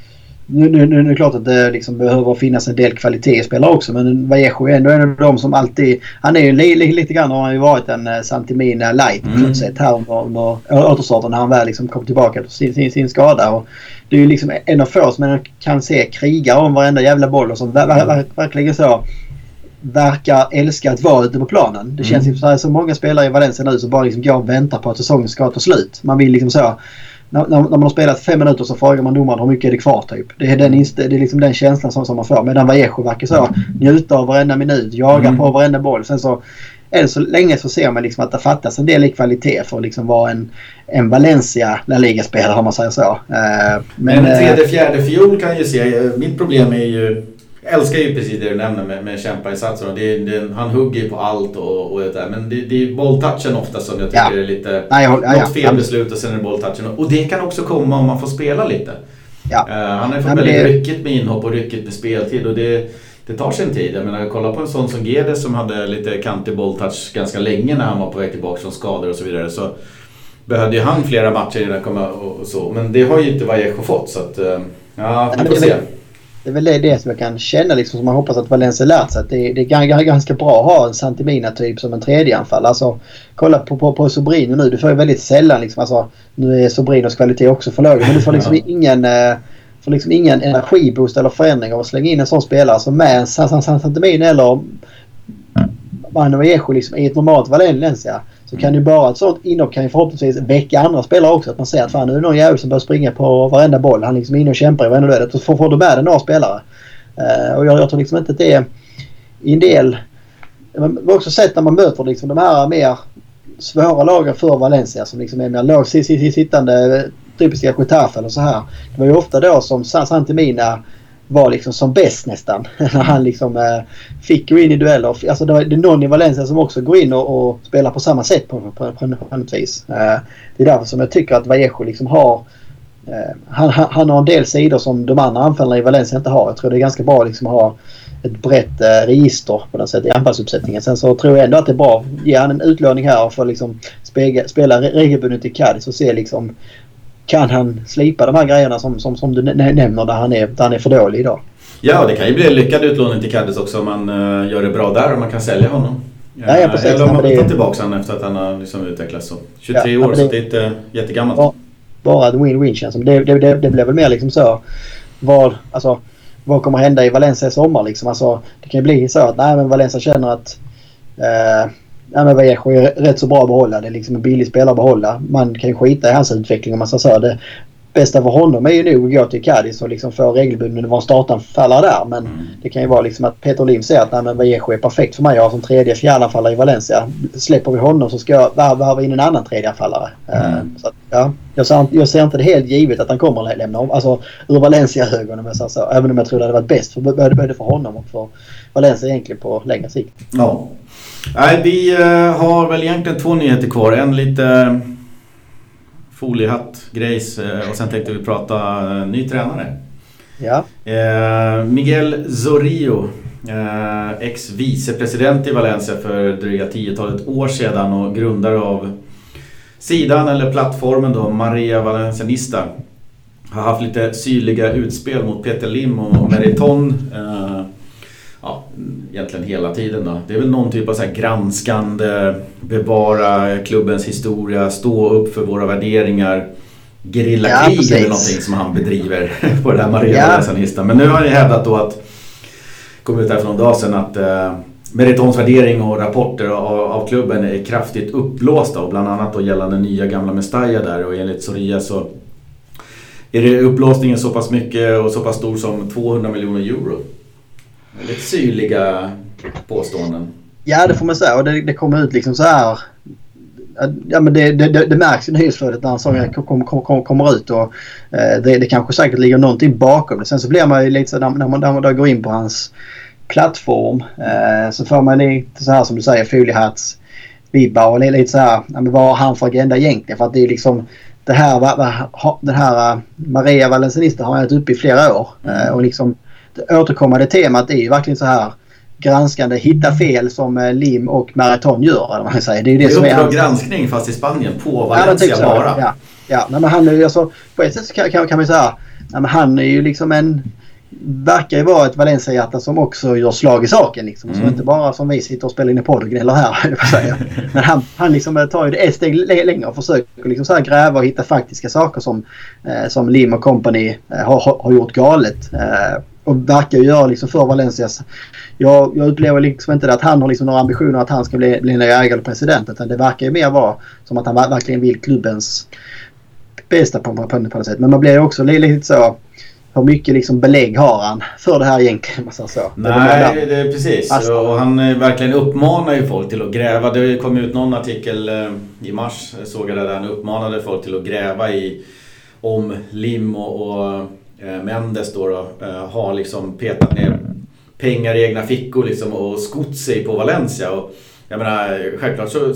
Nu är det klart att det liksom behöver finnas en del kvalitet i spelare också, men Vallejo är ändå en av de som alltid... Han är ju lite grann, har han ju varit en Santimina light på något sätt här under återstarten när han väl liksom kom tillbaka till sin skada. Och det är ju liksom en av få som man kan se krigar om varenda jävla boll och som verkligen så verkar älska att vara ute på planen. Det känns som så många spelare i Valencia nu som bara liksom går och väntar på att säsongen ska ta slut. Man vill liksom så... När man har spelat 5 minuter så frågar man domaren hur mycket är det kvar typ. Det är liksom den känslan som man får. Medan Vallejo verkar så njuta av varenda minut, jaga på varenda boll. Sen så än så länge så ser man liksom att det fattas en del i kvalitet för att liksom vara en Valencia La Liga-spelare, om man säger så. Men tredje, fjärde fiol kan ju se. Mitt problem är ju... Jag älskar ju precis det du nämner med kämparinsatser. Han hugger på allt och det där. Men det är bolltouchen ofta som jag tycker är lite... något fel beslut och sen är det bolltouchen. Och det kan också komma om man får spela lite. Ja. Han har ju fått väldigt ryckigt med inhopp och ryckigt med speltid. Och det tar sin tid. Jag menar, kolla på en sån som Guedes som hade lite kantig bolltouch ganska länge när han var på väg tillbaka från skador och så vidare. Så behövde ju han flera matcher innan han kom och så. Men det har ju inte Vallejo fått. Så att, vi får se. Det är väl det som jag kan känna liksom, som man hoppas att Valencia lärt sig. Att det är ganska bra att ha en Santimina typ som en tredje anfall. Alltså, kolla på Sobrino nu. Du får ju väldigt sällan liksom, alltså, nu är Sobrinos kvalitet också för låg. Men du får liksom ingen energiboost eller förändring av att slänga in en sån spelare som med en Santimina eller Manu Vallejo liksom, i ett normalt Valencia. Så kan ju bara ett sånt inhopp kan ju förhoppningsvis väcka andra spelare också. Att man ser att fan, nu är det någon jävel som börjar springa på varenda boll. Han liksom är inne och kämpar i varenda lödet. Och får du med den några spelare. Och jag tror liksom inte att det är en del... Man har också sett när man möter liksom de här mer svåra lagen för Valencia. Som liksom är mer lågsittande typiska Getafe eller så här. Det var ju ofta då som Santimina var liksom som bäst nästan. När han liksom fick gå in i dueller. Alltså det är någon i Valencia som också går in och spelar på samma sätt på något vis. Det är därför som jag tycker att Vallejo liksom har han har en del sidor som de andra anfallarna i Valencia inte har. Jag tror det är ganska bra liksom att ha ett brett register på något sätt i anfallsuppsättningen. Sen så tror jag ändå att det är bra. Ge han en utlåning här för liksom spela regelbundet i Cádiz och se liksom kan han slipa de här grejerna som du nämner där han är för dålig idag. Ja, det kan ju bli en lyckad utlåning till Cádiz också om man gör det bra där och man kan sälja honom. Ja, precis. Eller om man tar tillbaka honom efter att han har liksom utvecklats så. 23 år, så det är inte jättegammalt. Bara ett win-win känns som. Det blev väl mer liksom så. Vad kommer hända i Valencia i sommar liksom? Alltså, det kan ju bli så att men Valencia känner att ja, men Vallejo är rätt så bra att behålla. Det är liksom en billig spelare att behålla. Man kan ju skita i hans utveckling om man så det bästa för honom är ju nog att gå till Cadiz och liksom få regelbunden vara en startanfallare där. Men det kan ju vara liksom att Peter Lim säger att Vallejo är perfekt för mig. Jag har som tredje fjärdanfallare i Valencia. Släpper vi honom så ska jag värva in en annan tredjeanfallare. Så att, ja, jag ser inte det helt givet att han kommer att lämna om. Alltså ur Valencia-ögonen. Även om jag tror det hade varit bäst både för honom och för Valencia egentligen på längre sikt. Ja. Nej, vi har väl egentligen 2 nyheter kvar. En lite foliehatt-grejs och sen tänkte vi prata ny tränare. Ja. Miguel Zorrillo, ex-vicepresident i Valencia för dryga 10-talet år sedan och grundare av sidan eller plattformen då, Maria Valencianista, har haft lite syrliga utspel mot Peter Lim och Meriton. Ja, egentligen hela tiden då. Det är väl någon typ av så här granskande, bevara klubbens historia, stå upp för våra värderingar, gerillakrig eller någonting som han bedriver på det här Maria Valencianista. Men nu har ni hävdat då att, kom ut här för någon dag sedan, att Meritons värdering och rapporter av klubben är kraftigt uppblåsta och bland annat då gällande nya gamla Mestalla där, och enligt Zorrilla så är det upplåsningen så pass mycket och så pass stor som 200 miljoner euro. Lite syrliga påståenden. Ja, det får man säga. Och det kommer ut liksom så här. Ja, men det märks i nyhetsflödet när en sån kommer ut. Och det kanske säkert ligger någonting bakom det. Sen så blir man ju lite så när man går in på hans plattform. Så får man lite så här som du säger, foliehatts-vibbar. Och lite så här, vad har han för agenda egentligen? För att det är liksom det här, den här Maria Valencianista har varit uppe i flera år. Och liksom det återkommande temat är ju verkligen så här granskande, hitta fel som Lim och Meriton gör, eller man säger. Det är ju det som är hans granskning fast i Spanien på Valencia bara. Ja, men han är ju alltså, på ett sätt kan man säga, men han är ju liksom verkar ju vara ett Valencia-hjärta som också gör slag i saken liksom. Som inte bara som vi sitter och spelar in i podd och gnäller här. Men han liksom tar ju det ett steg längre och försöker liksom så här gräva och hitta faktiska saker som Lim och company har gjort galet. Och verkar göra liksom för Valencias. Jag upplever liksom inte det att han har liksom några ambitioner att han ska bli en ägare eller president, utan det verkar ju mer vara som att han verkligen vill klubbens bästa på något sätt. Men man blir ju också lite så, hur mycket liksom belägg har han för det här egentligen? Så. Nej, det är precis. Och han verkligen uppmanar ju folk till att gräva. Det kom ut någon artikel i mars, såg jag där han uppmanade folk till att gräva om Lim och Mendes då har liksom petat ner pengar i egna fickor liksom och skott sig på Valencia. Och jag menar, självklart så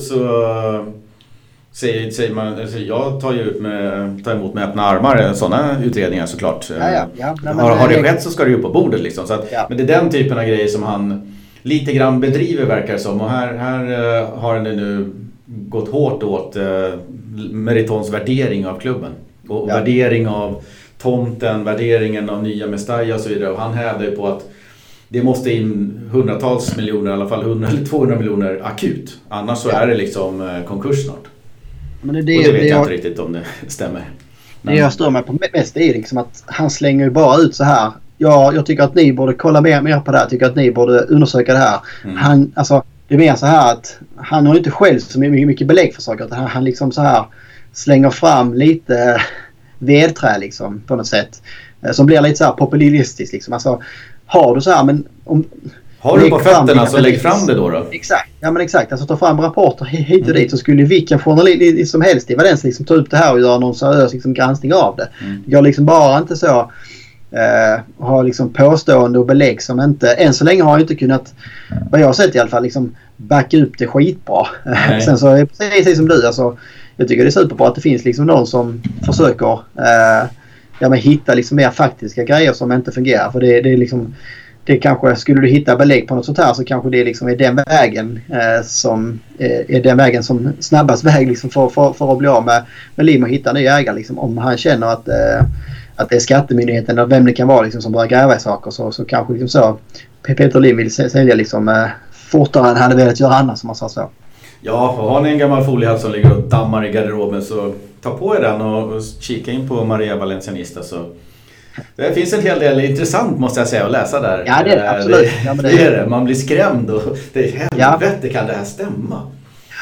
säger man, alltså jag tar emot med öppna armar sådana utredningar såklart. Har det skett så ska det ju upp på bordet liksom. Så att, men det är den typen av grejer som han lite grann bedriver, verkar som. Och här har han nu gått hårt åt Meritons värdering av klubben. Och värdering av tomten, värderingen av nya Mestalla och så vidare. Och han hävdar ju på att det måste in hundratals miljoner, i alla fall 100 eller 200 miljoner akut. Annars så är det liksom konkurs snart. Men det vet jag inte riktigt om det stämmer. Det jag stör mig på mest är liksom att han slänger ju bara ut så här. Jag tycker att ni borde kolla mer på det här. Jag tycker att ni borde undersöka det här. Det är mer så här att han har inte själv så mycket belägg för saker. Han liksom så här slänger fram lite vedträ liksom på något sätt. Som blir lite så här populistiskt liksom. Alltså, har du så här, men har du på fötterna så lägg fram det då. Exakt. Ja, men exakt. Alltså ta fram rapporter hit och dit, så skulle vilken journalist som helst i Valencia liksom ta upp det här och göra någon seriös liksom granskning av det. Det går liksom bara inte så ha liksom påstående och belägg som inte, än så länge har jag inte kunnat, vad jag har sett i alla fall, liksom backa upp det skitbra. Sen så är det precis som du, alltså, jag tycker det är superbra att det finns liksom någon som försöker hitta liksom mer faktiska grejer som inte fungerar, för det är liksom, det kanske, skulle du hitta belägg på något sånt här, så kanske det liksom är den vägen som är den vägen som snabbast väg liksom för att bli av med Lim och hitta nya ägare liksom. Om han känner att det är skattemyndigheten eller vem det kan vara liksom, som börjar gräva i saker, så kanske liksom så Peter Lim vill sälja liksom fortare än han hade velat göra annars, som man sa så. Ja, och har ni en gammal foliehatt som ligger och dammar i garderoben, så ta på er den och kika in på Maria Valencianista, så det finns en hel del intressant, måste jag säga, att läsa där. Ja, det är det, absolut. Det är det. Man blir skrämd och det är helvete, kan det här stämma?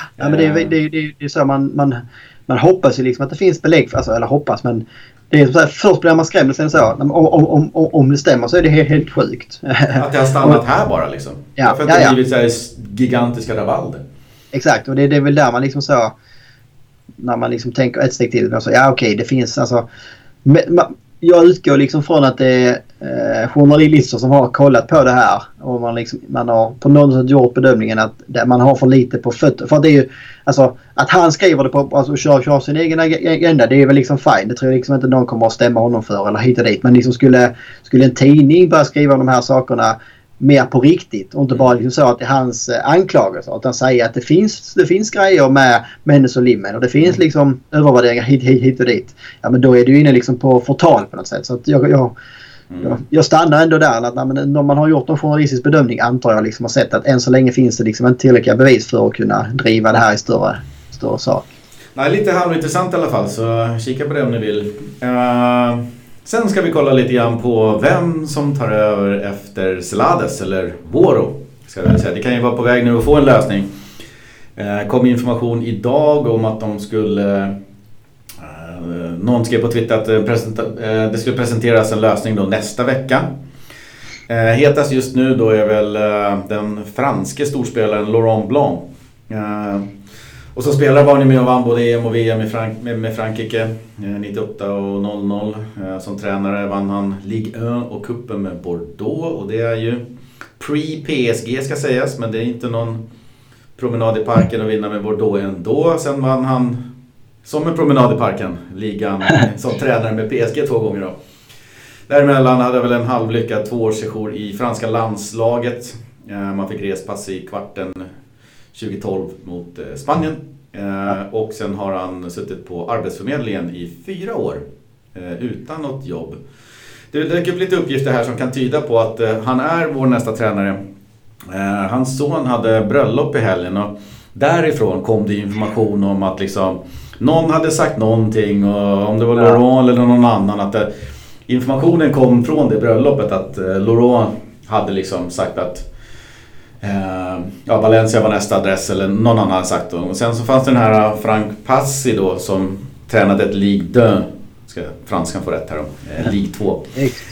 Ja, men det är så man hoppas ju liksom att det finns belägg för, alltså, eller hoppas, men det är så här, först blir man skrämd och sen så om det stämmer så är det helt sjukt. Att det har stannat här bara liksom. Ja, för att det har blivit så här gigantiska rabalder. Exakt, och det är väl där man liksom så, när man liksom tänker ett steg till, så ja okej, det finns alltså, jag utgår liksom från att det är journalister som har kollat på det här och man har på något sätt gjort bedömningen att man har för lite på fötter. För det är ju, alltså att han skriver det på, alltså kör sin egen agenda, det är väl liksom fine. Det tror jag liksom inte någon kommer att stämma honom för eller hit och dit. Men liksom skulle en tidning börja skriva om de här sakerna mer på riktigt och inte bara liksom så att det är hans anklagelser, utan säga att det finns grejer med Mendes och Limmen och det finns liksom övervärderingar hit och dit. Ja, men då är du inne liksom på förtal på något sätt. Så att jag stannar ändå där att när man har gjort en journalistisk bedömning, antar jag liksom har sett att än så länge finns det liksom inte tillräckliga bevis för att kunna driva det här i större sak. Nej, lite halvintressant i alla fall, så kika på det om ni vill. Sen ska vi kolla lite grann på vem som tar över efter Celades eller Boro. Ska jag säga. Det kan ju vara på väg nu att få en lösning. Kom information idag om att de skulle... någon skrev på Twitter att det skulle presenteras en lösning då nästa vecka. Hetast just nu då är väl den franske storspelaren Laurent Blanc. Och så spelar var ni med och vann både EM och VM med Frankrike 98 och 00. Som tränare vann han Ligue 1 och kuppen med Bordeaux. Och det är ju pre-PSG ska sägas, men det är inte någon promenad i parken att vinna med Bordeaux ändå. Sen vann han som en promenad i parken ligan som tränare med PSG 2 gånger då. Däremellan hade väl en halvlyckad 2-årssejour i franska landslaget. Man fick respass i kvarten 2012 mot Spanien. Och sen har han suttit på Arbetsförmedlingen i 4 år utan något jobb. Det dök upp lite uppgifter här som kan tyda på att han är vår nästa tränare. Hans son hade bröllop i helgen och därifrån kom det information om att liksom, någon hade sagt någonting, och om det var Laurent eller någon annan, att informationen kom från det bröllopet att Laurent hade liksom sagt att Valencia var nästa adress, eller någon annan hade sagt då. Och sen så fanns den här Frank Passy då som tränade ett Ligue 2. Ska franskan få rätt här då. Ligue 2.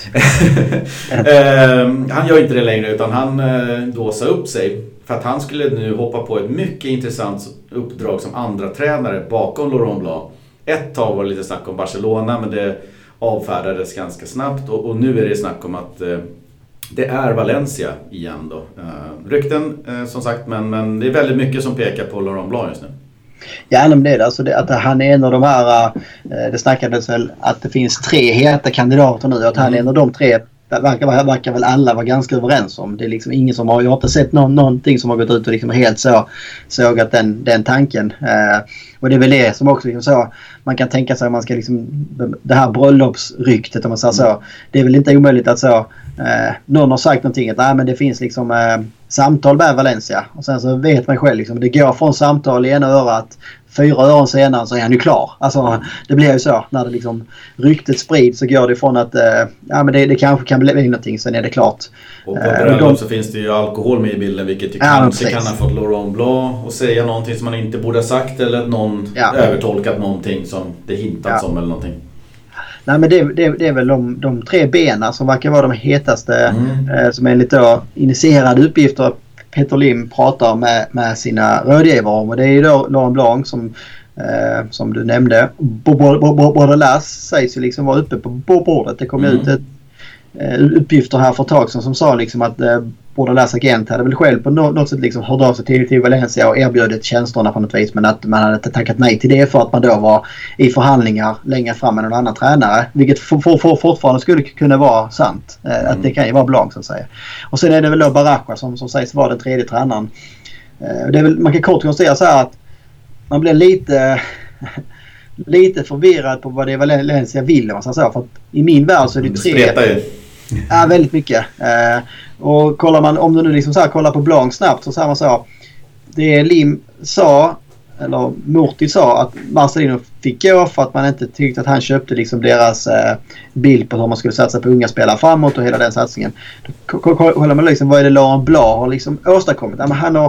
Han gör inte det längre, utan han då sa upp sig för att han skulle nu hoppa på ett mycket intressant uppdrag som andra tränare bakom Laurent Blanc. Ett tag var det lite snack om Barcelona, men det avfärdades ganska snabbt, och nu är det snack om att det är Valencia igen då. Rykten som sagt, men det är väldigt mycket som pekar på Laurent Blanc just nu. Ja, men det är alltså att han är en av de här, det snackades väl att det finns 3 heta kandidater nu, att han är en av de 3 verkar väl alla vara ganska överens om. Det är liksom ingen som jag har inte sett någonting som har gått ut och liksom helt sågat den tanken. Och det är väl det som också liksom så, man kan tänka sig om man ska liksom, det här bröllopsryktet om man säger så, det är väl inte omöjligt att så någon har sagt någonting att nej, men det finns liksom samtal med Valencia, och sen så vet man själv liksom, det går från samtal i ena örat 4 öron senare så är han ju klar. Alltså det blir ju så när det liksom ryktet sprids, så går det från att men det kanske kan bli någonting, sen är det klart. Och på bröllop så finns det ju alkohol med i bilden, vilket ju kanske kan ha fått Laurent Blanc att säga någonting som man inte borde ha sagt, eller att någon övertolkat någonting som det hintats om eller någonting. Nej, men det är väl de 3 benen som verkar vara de hetaste, som enligt då initierade uppgifter Peter Lim pratar med sina rådgivare om, och det är ju då Laurent Blanc som du nämnde. Bordelas sägs ju liksom vara uppe på bordet. Det kom ut uppgifter här för ett tag som sa liksom att Bordelas agent hade väl själv på något sätt liksom hört av sig till Valencia och erbjudit tjänsterna på något vis, men att man hade tackat nej till det för att man då var i förhandlingar längre fram med någon annan tränare, vilket fortfarande skulle kunna vara sant. Att det kan ju vara Blanc så att säga. Och sen är det väl då Baraja som sägs vara den 3:e tränaren. Det är väl, man kan kort konstatera så här att man blir lite förvirrad på vad det är Valencia vill, om man säger så, för att i min värld så är det 3. Ja, väldigt mycket. Och kollar man, om du nu liksom så här kollar på Blanc snabbt, så säger man så, det Lim sa, eller Murti sa, att Marcelino fick gå för att man inte tyckte att han köpte liksom deras bild på hur man skulle satsa på unga spelare framåt och hela den satsningen. Då kollar man liksom, vad är det Laurent Blanc har liksom åstadkommit? Ja, men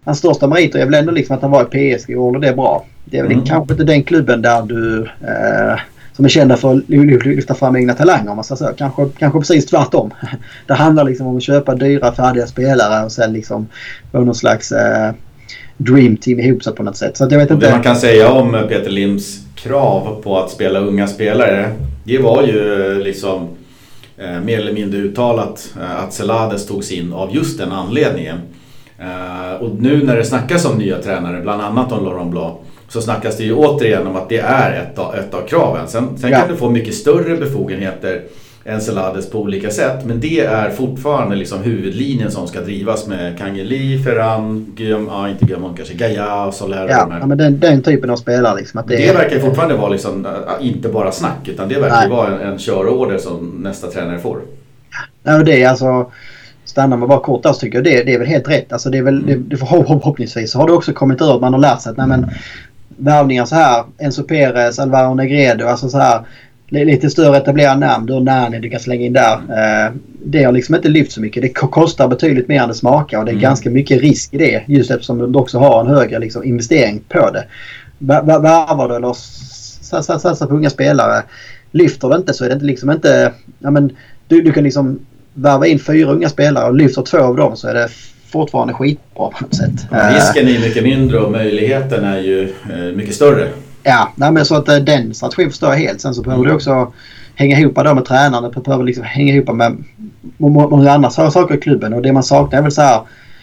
hans största meriter är väl ändå liksom att han var i PSG och det är bra. Det är väl kanske inte den klubben där du som är kända för att lyfta fram egna talanger, om man ska säga. Kanske precis tvärtom. Det handlar liksom om att köpa dyra färdiga spelare och sen liksom få någon slags dream team ihop sig på något sätt. Så att jag vet inte. Det man kan säga om Peter Lims krav på att spela unga spelare, det var ju liksom mer eller mindre uttalat att Celades togs in av just den anledningen. Och nu när det snackas om nya tränare, bland annat om Laurent Blanc, så snackas det ju återigen om att det är ett av kraven. Sen kan du få mycket större befogenheter än Celades på olika sätt, men det är fortfarande liksom huvudlinjen som ska drivas med Kangeli, Ferran, Guillaume, inte Guillaume, kanske Gaia och Soler. Ja, men den typen av spelare liksom, att det verkar fortfarande vara liksom, inte bara snack, utan det verkar vara en körorder som nästa tränare får. Ja, och det är alltså, stannar man bara kort där så tycker jag det är väl helt rätt. Alltså det är väl, det förhoppningsvis så har det också kommit ur att man har lärt sig att nej, men värvningar så här, Enzo Perez, Alvaro Negredo, alltså så här lite större etablerade namn, du har Nani du kan slänga in där. Det har liksom inte lyft så mycket. Det kostar betydligt mer än det smakar och det är ganska mycket risk i det, just eftersom du också har en högre liksom investering på det. Värvar du eller satsar på unga spelare, lyfter det inte så är det liksom inte, ja men du kan liksom värva in 4 unga spelare och lyfter 2 av dem så är det fortfarande skitbra på något sätt. Risken är mycket mindre och möjligheten är ju mycket större. Ja, men så att den strategin förstår jag helt. Sen så behöver du också hänga ihop då med tränarna. Du behöver liksom hänga ihop med många andra saker i klubben. Och det man saknar är väl så här,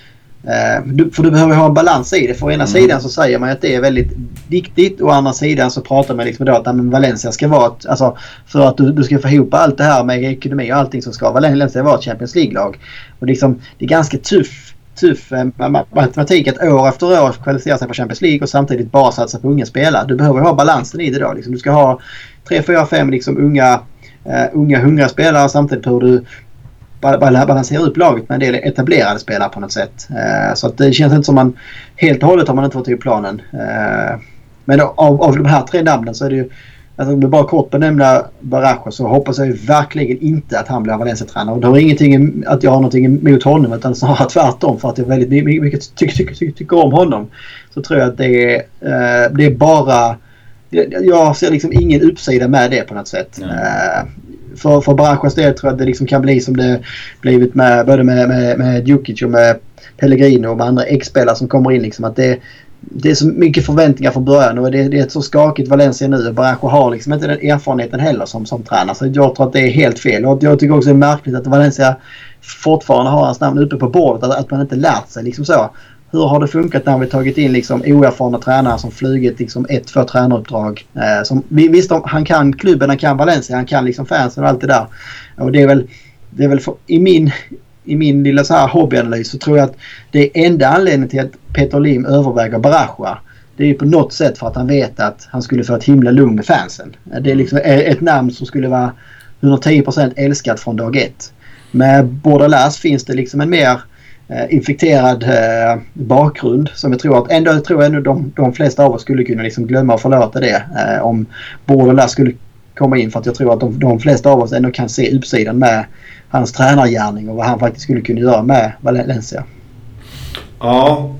för du behöver ha en balans i det. För å ena sidan så säger man att det är väldigt viktigt. Och å andra sidan så pratar man liksom då att Valencia ska vara alltså för att du ska få ihop allt det här med ekonomi och allting så ska Valencia vara ett Champions League-lag. Och liksom, det är ganska tuff matematik att år efter år kvalificera sig på Champions League och samtidigt bara satsa på unga spelare. Du behöver ha balansen i det då. Liksom, du ska ha 3, 4, 5 liksom unga hungriga spelare samtidigt hur du balanserar upp laget med en del etablerade spelare på något sätt. Så att det känns inte som man helt och hållet har man inte fått till planen. Men av de här 3 namnen så är det ju, alltså om vi bara kort benämna Baraja så hoppas jag ju verkligen inte att han blir Valencia-tränare. Och det har ingenting att jag har någonting emot honom utan snarare tvärtom för att jag väldigt mycket tycker om honom. Så tror jag att det är bara, jag ser liksom ingen uppsida med det på något sätt. För Barajas del tror jag att det liksom kan bli som det blivit med både med Djukic och med Pellegrino och med andra ex-spelare som kommer in liksom, att det är så mycket förväntningar från början och det är ett så skakigt Valencia nu och Baraja har liksom inte den erfarenheten heller som tränare, så jag tror att det är helt fel. Och jag tycker också det är märkligt att Valencia fortfarande har hans namn uppe på bordet, att man inte lärt sig liksom så. Hur har det funkat när vi tagit in liksom oerfarna tränare som flugit liksom 1-2 tränaruppdrag? Visst, han kan klubben, han kan Valencia, han kan liksom fansen och allt det där. Och det är väl i min lilla så här hobbyanalys så tror jag att det är enda anledningen till att Peter Lim överväger Baraja. Det är ju på något sätt för att han vet att han skulle få ett himla lugn med fansen. Det är liksom ett namn som skulle vara 110% älskat från dag 1. Med Bordalas finns det liksom en mer infekterad bakgrund som jag tror ändå de flesta av oss skulle kunna liksom glömma och förlåta det om Bordalas skulle komma in, för att jag tror att de flesta av oss ändå kan se uppsidan med hans tränargärning och vad han faktiskt skulle kunna göra med Valencia. Ja,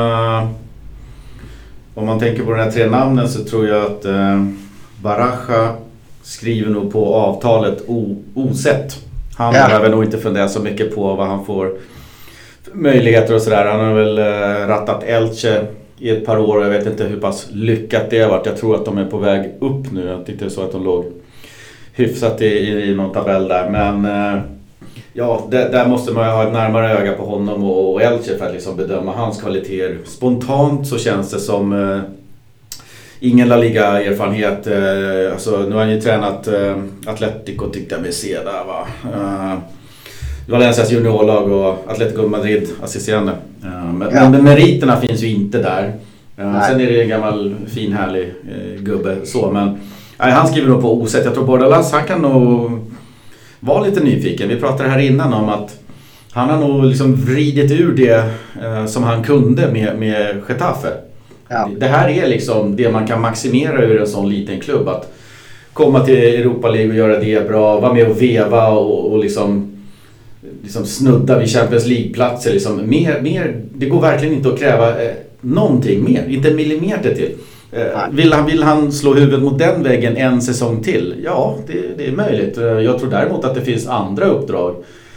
om man tänker på de här 3 namnen så tror jag att Baraja skriver nog på avtalet osett. Han behöver nog inte fundera så mycket på vad han får möjligheter och sådär. Han har väl rattat Elche i ett par år och jag vet inte hur pass lyckat det har varit. Jag tror att de är på väg upp nu. Jag tyckte så att de låg hyfsat i någon tabell där. Men ja, där måste man ha ett närmare öga på honom och Elche för att liksom bedöma hans kvaliteter. Spontant så känns det som ingen La Liga-erfarenhet. Alltså, nu har han ju tränat Atletico, tyckte jag mig se där, va? Valencias juniorlag och Atletico Madrid assisterande. Men meriterna finns ju inte där. Sen är det en gammal fin härlig gubbe så, men han skriver nog på osett. Jag tror Bordalas, han kan nog vara lite nyfiken. Vi pratade här innan om att han har nog liksom vridit ur det som han kunde med Getafe. Ja. Det här är liksom det man kan maximera ur en sån liten klubb, att komma till Europa League och göra det bra, vara med och veva och liksom liksom snudda vid Champions League-platser. Liksom mer, det går verkligen inte att kräva någonting mer, inte en millimeter till. Vill han slå huvudet mot den väggen en säsong till? Ja, det är möjligt. Jag tror däremot att det finns andra uppdrag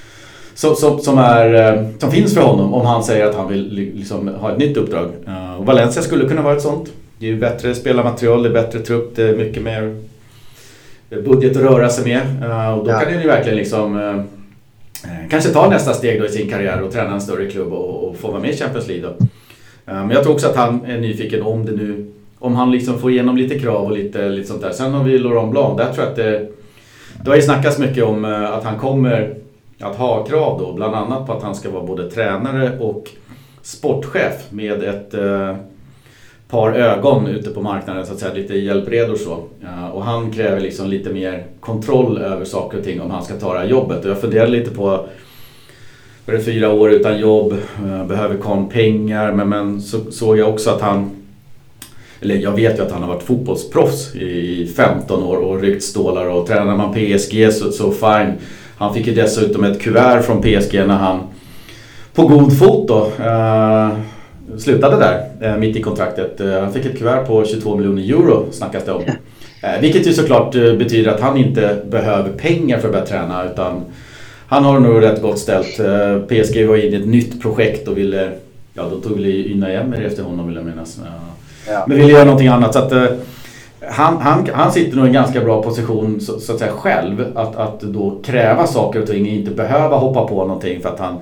som finns för honom om han säger att han vill liksom ha ett nytt uppdrag. Och Valencia skulle kunna vara ett sånt. Det är ju bättre spelarmaterial, det är bättre trupp, det är mycket mer budget att röra sig med. Och då kan det ju verkligen liksom kanske ta nästa steg då i sin karriär och träna en större klubb och få vara med i Champions League då. Men jag tror också att han är nyfiken om han liksom får igenom lite krav och lite sånt där. Sen har vi Laurent Blanc, där tror jag att det har ju snackats mycket om att han kommer att ha krav då, bland annat på att han ska vara både tränare och sportchef med ett par ögon ute på marknaden, så att säga, lite hjälpredor så. Och han kräver liksom lite mer kontroll över saker och ting om han ska ta det här jobbet. Och jag funderar lite på 4 år utan jobb, behöver pengar, men så såg jag också att jag vet ju att han har varit fotbollsproffs i 15 år och ryckt stålar, och tränar man PSG så fine. Han fick ju dessutom ett kuvert från PSG när han på god fot då slutade där mitt i kontraktet. Han fick ett kuvert på 22 miljoner euro snackas det om. Vilket ju såklart betyder att han inte behöver pengar för att börja träna, utan han har nog rätt gott ställt. PSG var in i ett nytt projekt och ville, då tog vi Unai Emery efter honom, vill jag minnas. Men ville göra någonting annat, så att han sitter nog i en ganska bra position så att säga själv att då kräva saker och ting, inte behöva hoppa på någonting för att han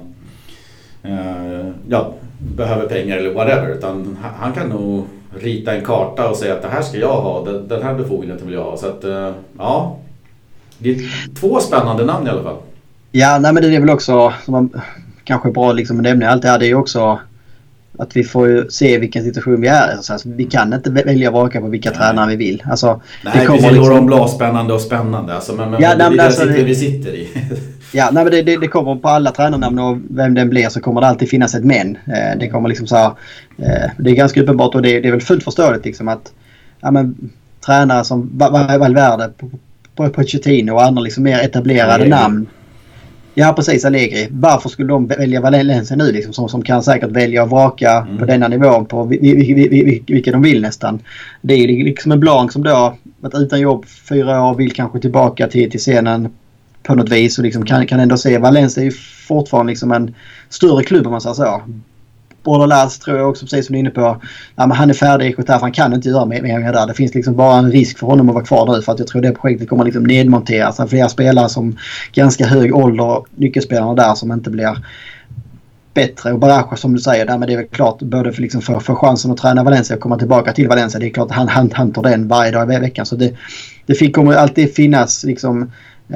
behöver pengar eller whatever, utan han kan nog rita en karta och säga att det här ska jag ha, den här befogenheten vill jag ha. Så att det är 2 spännande namn i alla fall. Ja, nej, men det är väl också som man kanske är bra liksom att nämna allt det här, det är ju också att vi får ju se vilken situation vi är. Alltså, vi kan inte välja vaka på vilka tränare vi vill. Alltså, nej, det kommer liksom Blanc spännande och spännande. Alltså, men vi sitter i. Ja, nej, men det kommer på alla tränarnamn, och vem den blir så kommer det alltid finnas ett men. Det kommer liksom så här, det är ganska uppenbart, och det är väl fullt förståeligt liksom att tränare som Valverde på Pochettino och andra liksom mer etablerade namn. Ja, precis, Allegri. Varför skulle de välja Valencia nu liksom, som kan säkert välja och vraka på denna nivån på vilka de vill nästan. Det är ju liksom en Blanc som då varit utan jobb 4 år, vill kanske tillbaka till scenen på något vis, och liksom kan ändå se Valencia är ju fortfarande liksom en större klubb om man säger så. Bordalas tror jag också, precis som du är inne på, men han är färdig och därför han kan inte göra mer där. Det finns liksom bara en risk för honom att vara kvar nu, för att jag tror det projektet kommer liksom nedmonteras. Det är flera spelare som ganska hög ålder, nyckelspelarna där, som inte blir bättre. Och Baraja, som du säger, men det är väl klart både för, liksom för chansen att träna Valencia och komma tillbaka till Valencia. Det är klart att han tar den varje dag i veckan. Så det kommer alltid finnas liksom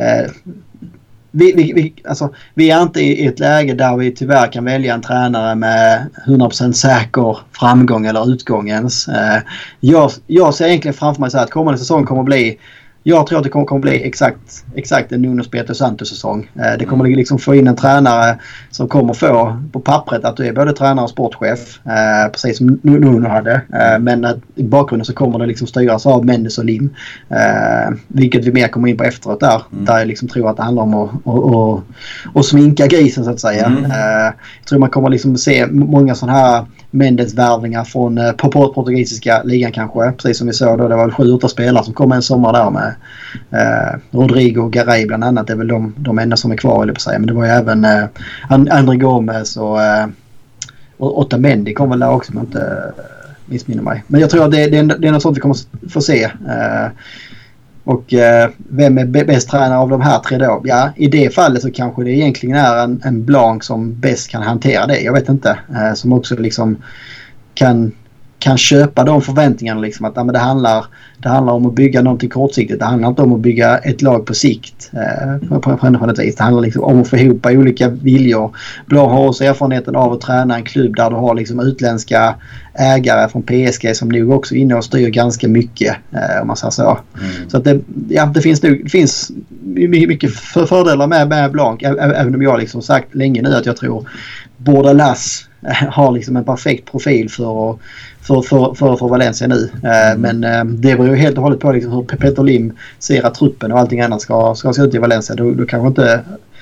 vi är inte i ett läge där vi tyvärr kan välja en tränare med 100% säker framgång eller utgångens. Jag ser egentligen framför mig så att kommande säsong kommer att bli, jag tror att det kommer att bli exakt en Nuno Espirito Santo-säsong. Det kommer liksom få in en tränare som kommer få på pappret att du är både tränare och sportchef, precis som Nuno hade. Men i bakgrunden så kommer det liksom styras av Mendes och Lim. Vilket vi mer kommer in på efteråt där. Där jag liksom tror att det handlar om att sminka grisen så att säga. Jag tror man kommer liksom se många sådana här Mendes-värvningar från portugisiska ligan kanske. Precis som vi såg då, det var 7-8 spelare som kom en sommar där med Rodrigo Garay bland annat. Det är väl de enda som är kvar, eller på sig. Men det var ju även André Gomes och Otamendi kom väl där också, om jag inte missminner mig. Men jag tror att det är något sånt vi kommer få se. Och vem är bäst tränare av de här 3 då? Ja, i det fallet så kanske det egentligen är en Blanc som bäst kan hantera det. Jag vet inte. Som också liksom kan köpa de förväntningarna liksom, att men det handlar om att bygga någonting kortsiktigt. Det handlar inte om att bygga ett lag på sikt på ett vis. Det handlar liksom om att få ihop olika viljor. Blanc har också erfarenheten av att träna en klubb där du har liksom utländska ägare från PSG som nog också är inne och styr ganska mycket, om man säger så. Så att det finns mycket fördelar med Blanc, även om jag liksom sagt länge nu att jag tror Bordalas har liksom en perfekt profil för Valencia nu. Men det beror ju helt och hållet på liksom hur Peter Lim ser att truppen och allting annat ska se ut i Valencia. Då kanske inte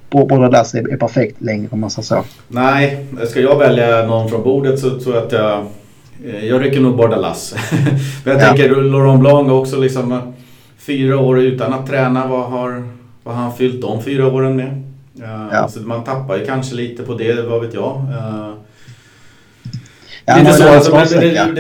Bordalas är perfekt längre om man säger så. Nej, ska jag välja någon från bordet så tror jag att jag rycker nog Bordalas. Men jag tänker Laurent Blanc också liksom 4 år utan att träna. Vad har han fyllt de 4 åren med? Så man tappar ju kanske lite på det, vad vet jag. Lite så, alltså,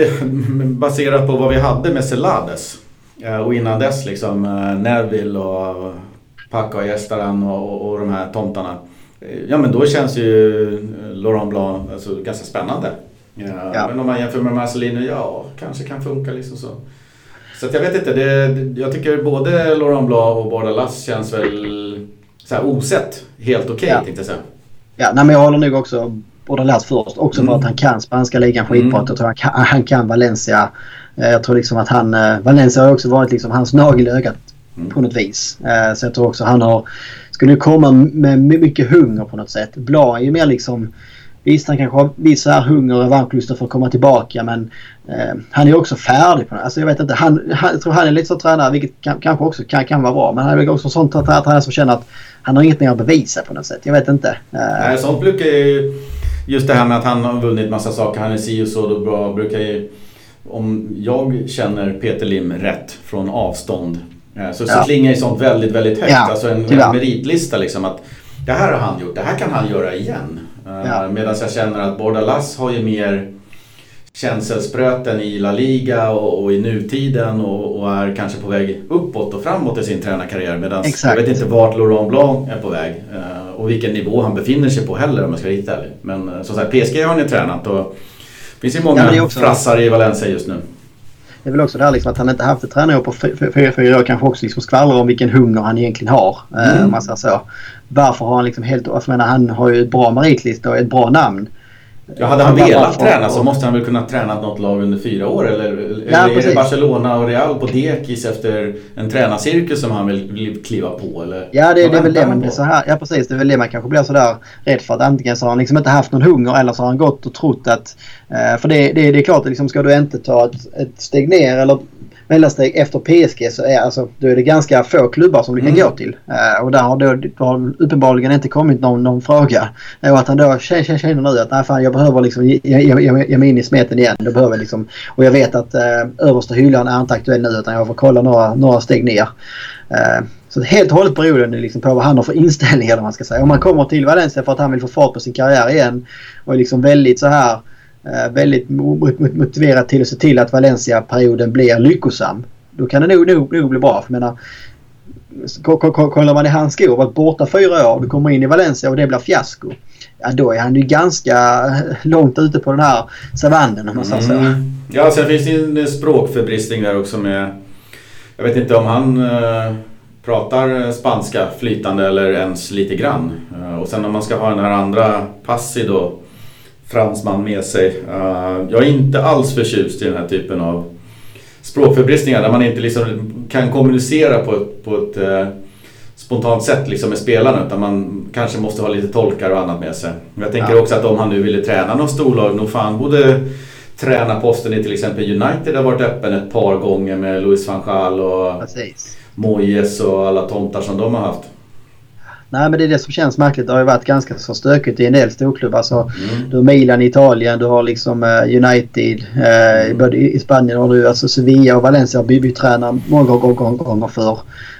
baserat på vad vi hade med Celades. Och innan dess liksom Neville och Paco och Estaran och de här tomtarna. Ja, men då känns ju Laurent Blanc alltså ganska spännande. Men om man jämför med Marcelino, kanske kan funka liksom så. Så att jag vet inte, jag tycker både Laurent Blanc och Bordalas känns väl så här osett helt okej, tänkte jag säga. Ja, men jag håller nog också Bordalas först. Också för att han kan spanska ligan skitbra. Jag tror han kan Valencia. Jag tror liksom att Valencia har också varit liksom hans nagel i ögat på något vis. Så jag tror också han skulle komma med mycket hunger på något sätt. Blanc är ju mer liksom, visst han kanske har viss här hunger och vanklust för att komma tillbaka, men han är också färdig på det. Alltså jag vet inte, jag tror han är lite så tränare, vilket kanske också kan vara bra, men han är också en sån tränare som känner att han har inget mer att bevisa på något sätt. Jag vet inte. Nej, sånt brukar ju, just det här med att han har vunnit massa saker, han är si och så då bra, brukar ju, om jag känner Peter Lim rätt från avstånd så klingar ju sånt väldigt, väldigt högt. Alltså en meritlista liksom, att det här har han gjort, det här kan han göra igen. Medan jag känner att Bordalas har ju mer känselspröten i La Liga och i nutiden och är kanske på väg uppåt och framåt i sin tränarkarriär. Medan jag vet inte vart Laurent Blanc är på väg och vilken nivå han befinner sig på heller, om jag ska vara riktigt ärlig. Men så här, PSG har han ju tränat och det finns ju många frassar i Valencia just nu. Det är väl också där liksom att han inte haft ett tränare på 4 år, kanske också liksom skvallrar om vilken hunger han egentligen har. Om man säger så. Varför har han liksom helt... Jag menar, han har ju ett bra meritlista och ett bra namn. Ja, hade han velat träna så måste han väl kunna träna något lag under 4 år. Eller är det Barcelona och Real på dekis efter en tränarcirkus som han vill kliva på? Eller ja, det är väl det. Men det är så här, ja, precis. Det är väl det man kanske blir så där rädd för, att antingen så har han liksom inte haft någon hunger eller så har han gått och trott att... för det är klart att liksom, ska du inte ta ett steg ner eller mellansteg efter PSG så då är det ganska få klubbar som du kan gå till. Och där har uppenbarligen inte kommit någon fråga. Och att han då känner nu att nej, fan, jag behöver liksom ge mig in i smeten igen. Jag behöver liksom, och jag vet att översta hyllan är inte aktuell nu, utan jag får kolla några steg ner. Så helt och hållet beroende liksom på vad han har för inställning, eller man ska säga. Om man kommer till Valencia för att han vill få fart på sin karriär igen och är liksom väldigt så här väldigt motiverat till att se till att Valencia-perioden blir lyckosam, då kan det nog bli bra. För jag menar, kollar man i hans skor, varit borta 4 år, du kommer in i Valencia och det blir fiasko, då är han ju ganska långt ute på den här savannen, om man säger så. Ja, sen finns det en språkförbristning där också med, jag vet inte om han pratar spanska flytande eller ens lite grann. Och sen om man ska ha den här andra passi då, fransman med sig. Jag är inte alls förtjust i den här typen av språkförbristningar där man inte liksom kan kommunicera på ett spontant sätt liksom med spelarna, utan man kanske måste ha lite tolkar och annat med sig. Jag tänker också att om han nu ville träna någon storlag, nog fan borde träna posten i till exempel United har varit öppen ett par gånger med Louis van Gaal och Moyes och alla tomtar som de har haft. Nej, men det är det som känns märkligt. Det har ju varit ganska så stökigt i en del storklubbar. Alltså, du har Milan i Italien, du har liksom United både i Spanien, och du alltså Sevilla och Valencia har byttränare många gånger för.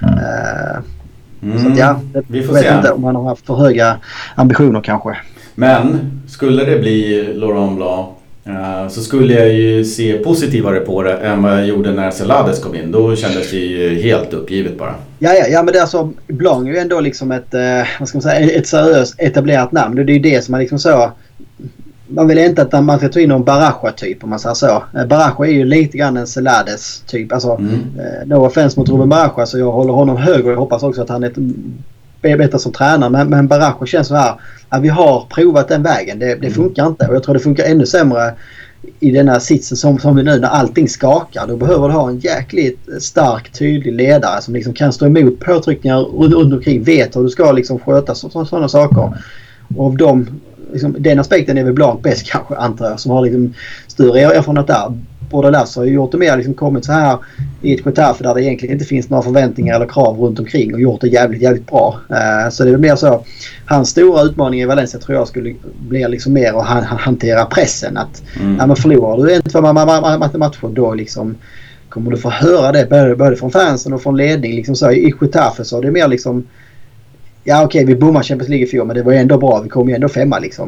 Så att, ja, vi får se. Inte om man har haft för höga ambitioner kanske. Men skulle det bli Laurent Blanc så skulle jag ju se positivare på det än vad jag gjorde när Celades kom in. Då kändes det ju helt uppgivet bara. Ja, men det är alltså, Blanc är ju ändå liksom ett seriöst etablerat namn. Det är ju det som man liksom så, man vill inte att man ska ta in någon Baraja typ, om man säger så. Baraja är ju lite grann en Celades typ. Alltså, no offense mot Ruben Baraja, så jag håller honom hög och jag hoppas också att han är bättre som tränare. Men Baraja känns så här, att vi har provat den vägen. Det funkar inte, och jag tror det funkar ännu sämre i denna sitsen som vi nu, när allting skakar. Då behöver du ha en jäkligt stark, tydlig ledare som liksom kan stå emot påtryckningar runt omkring, vet hur du ska liksom sköta sådana saker. Och av dem, liksom, den aspekten är väl Blanc bäst kanske, antar jag, som har liksom större erfarenhet där. Bordalas har ju gjort det mer liksom kommit så här i ett Getafe där det egentligen inte finns några förväntningar eller krav runt omkring och gjort det jävligt bra. Så det är mer så, hans stora utmaning i Valencia tror jag skulle bli liksom mer att hantera pressen. Att men förlorar du 1-2 matcher då liksom kommer du få höra det både från fansen och från ledning liksom så i Getafe så det är mer liksom ja okej, vi bommar Champions League i fjol men det var ju ändå bra, vi kom ju ändå 5 liksom.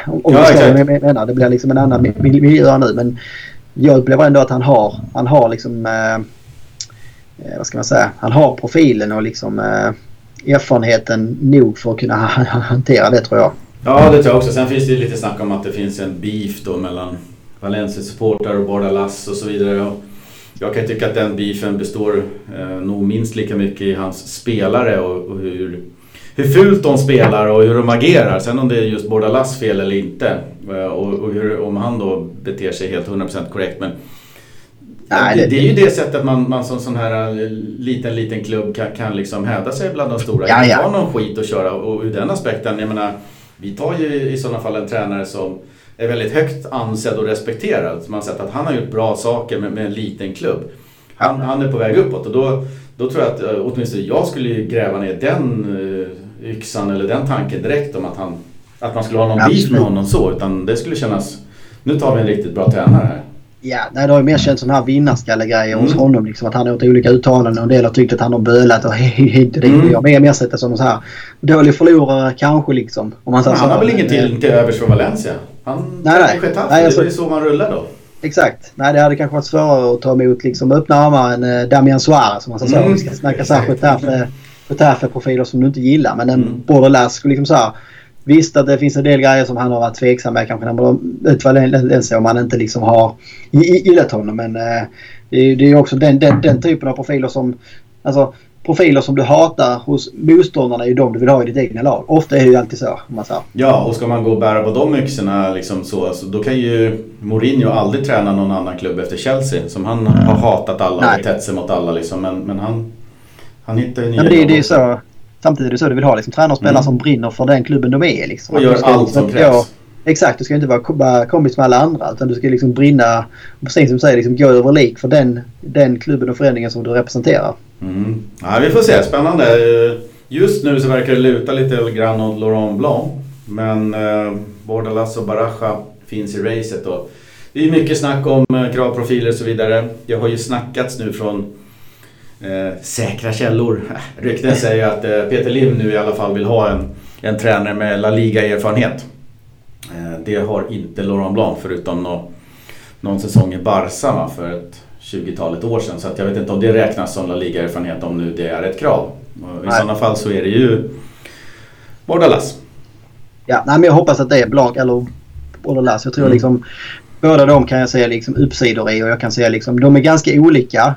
Det blir liksom en annan miljö nu men jag upplever ändå att han har liksom vad ska man säga, han har profilen och liksom erfarenheten nog för att kunna hantera det tror jag. Ja, det tror jag också. Sen finns det ju lite snack om att det finns en beef då mellan Valencia-supportrar och Bordalas och så vidare. Och jag kan tycka att den beefen består nog minst lika mycket i hans spelare och hur fult de spelar och hur de agerar. Sen om det är just Bordalas fel eller inte och hur, om han då beter sig helt 100% korrekt. Men det är ju det sättet man som sån här liten klubb kan liksom hävda sig bland de stora. Ja. Inte ha någon skit att köra och ur den aspekten, jag menar, vi tar ju i sådana fall en tränare som är väldigt högt ansedd och respekterad. Man har sett att han har gjort bra saker med en liten klubb. Han är på väg uppåt och då tror jag att åtminstone jag skulle gräva ner den yxan eller den tanken direkt om att man skulle ha någon beef med honom så, utan det skulle kännas, nu tar vi en riktigt bra tränare här. Ja, nej, det har ju mer känts som här vinnarskallegrejer hos honom liksom, att han har gjort olika uttalanden och en del har tyckt att han har bölat och hit och dit. Jag har mer sett det som så här dålig förlorare kanske liksom. Om man han har väl ingenting till övers för Valencia? Nej, det är så man rullar då. Exakt. Nej, det hade kanske varit svårare att ta emot liksom öppna armar än Damian Suarez som man säger. Vi ska snacka så här Getafe-profiler som du inte gillar. Men en Bordalas skulle liksom så här, visst att det finns en del grejer som han har varit tveksam med kanske när man utvärderar om man inte liksom har gillat honom. Men det är ju också den typen av profiler som alltså profiler som du hatar hos motståndarna är ju de du vill ha i ditt egna lag. Ofta är det ju alltid så, om man säger. Ja, och ska man gå och bära på de yxorna liksom så, alltså, då kan ju Mourinho aldrig träna någon annan klubb efter Chelsea som han har hatat alla och tätt sig mot alla liksom, men han hittar ju nya. Men det är så. Samtidigt är det så du vill ha liksom, tränare och spelare som brinner för den klubben de är. Liksom. Och gör allt som krävs. Exakt, du ska inte vara kompis med alla andra utan du ska liksom brinna, precis som du säger, liksom, gå över lik för den klubben och föreningen som du representerar. Ja, vi får se, spännande. Just nu så verkar det luta lite grann åt Laurent Blanc, men Bordalas och Baraja finns i racet och det är mycket snack om kravprofiler och så vidare. Jag har ju snackats nu från säkra källor. Rykten säger att Peter Lim nu i alla fall vill ha en tränare med La Liga-erfarenhet. Det har inte Laurent Blanc förutom någon säsong i Barca för ett 20-talet år sedan. Så att jag vet inte om det räknas som La Liga-erfarenhet om nu det är ett krav. I sådana fall så är det ju Bordalas. Ja, nej, men jag hoppas att det är Blanc eller Bordalas. Jag tror liksom båda de kan jag säga liksom uppsidor i och jag kan säga liksom de är ganska olika.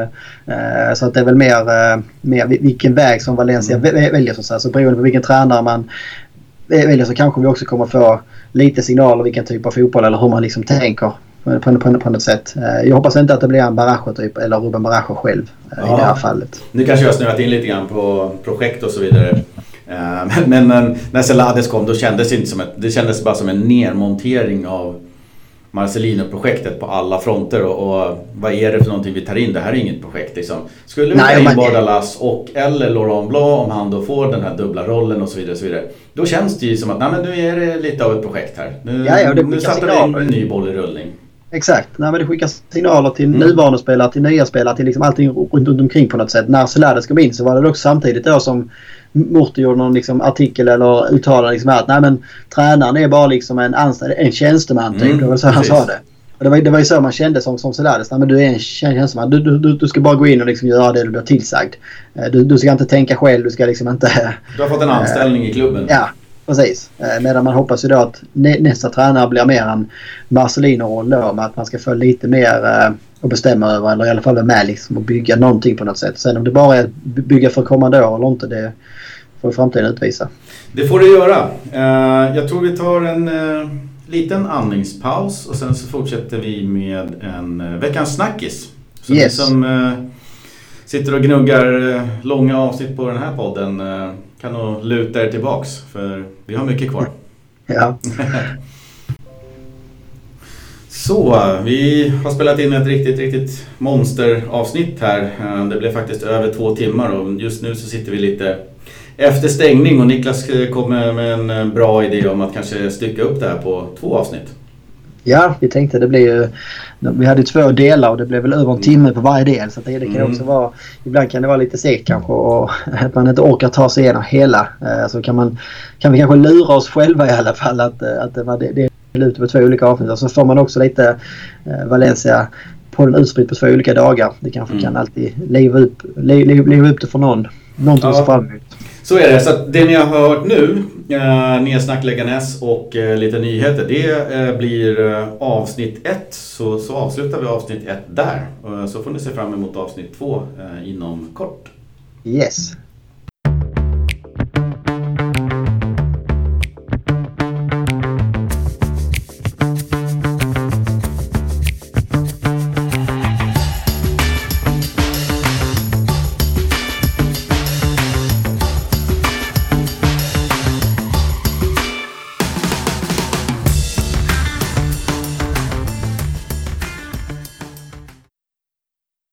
Så att det är väl mer vilken väg som Valencia väljer så att säga. Så beroende på vilken tränare man väljer så kanske vi också kommer få lite signaler vilken typ av fotboll eller hur man liksom tänker på något sätt. Jag hoppas inte att det blir en Baraja typ eller Ruben Baraja själv i det här fallet. Nu kanske jag har snöat in lite grann på projekt och så vidare. Men när Celades kom då kändes det inte som det kändes bara som en nedmontering av Marcelino-projektet på alla fronter och vad är det för någonting vi tar in? Det här är inget projekt liksom. Skulle vi ta in Bordalas eller Laurent Blanc om han då får den här dubbla rollen och så vidare. Då känns det ju som att nej, men nu är det lite av ett projekt här. Nu satte vi in en ny boll i rullning. Exakt. Nej, men det skickas signaler till nuvarande spelare, till nya spelare, till liksom allting runt omkring på något sätt. När Celades kom in så var det också samtidigt då som Murti gjorde någon liksom artikel eller uttalade liksom att nej, men tränaren är bara liksom en tjänsteman typ. Det var så han sa det. Och det var ju så man kände som Celades. Nej, men du är en tjänsteman. Du ska bara gå in och liksom göra det du blir tillsagd. Du ska inte tänka själv. Du ska liksom inte... Du har fått en anställning i klubben. Ja, precis. Medan man hoppas ju då att nästa tränare blir mer en Marcelino-roll då, med att man ska få lite mer att bestämma över, eller i alla fall vara med liksom och bygga någonting på något sätt. Sen om det bara är bygga för kommande år eller inte, det får framtiden utvisa. Det får det göra. Jag tror vi tar en liten andningspaus och sen så fortsätter vi med en veckans snackis. Så ni som sitter och gnuggar långa avsnitt på den här podden kan nog luta er tillbaks för vi har mycket kvar. Ja. Så, vi har spelat in ett riktigt monsteravsnitt här. Det blev faktiskt över 2 timmar och just nu så sitter vi lite efter stängning och Niklas kommer med en bra idé om att kanske stycka upp det här på 2 avsnitt. Ja, vi tänkte det blir ju, vi hade 2 delar och det blev väl över en timme på varje del, så det kan också vara, ibland kan det vara lite segt kanske och att man inte orkar ta sig igenom hela, så kan vi kanske lura oss själva i alla fall att det var det ute på 2 olika avsnitt, och så får man också lite Valencia på den utspritt på 2 olika dagar. Det kanske kan alltid leva upp det för någon som ser fram emot. Så är det, så att det ni har hört nu, Nedsnack Leganes och lite nyheter, det blir avsnitt 1, så avslutar vi avsnitt 1 där. Så får ni se fram emot avsnitt 2 inom kort. Yes.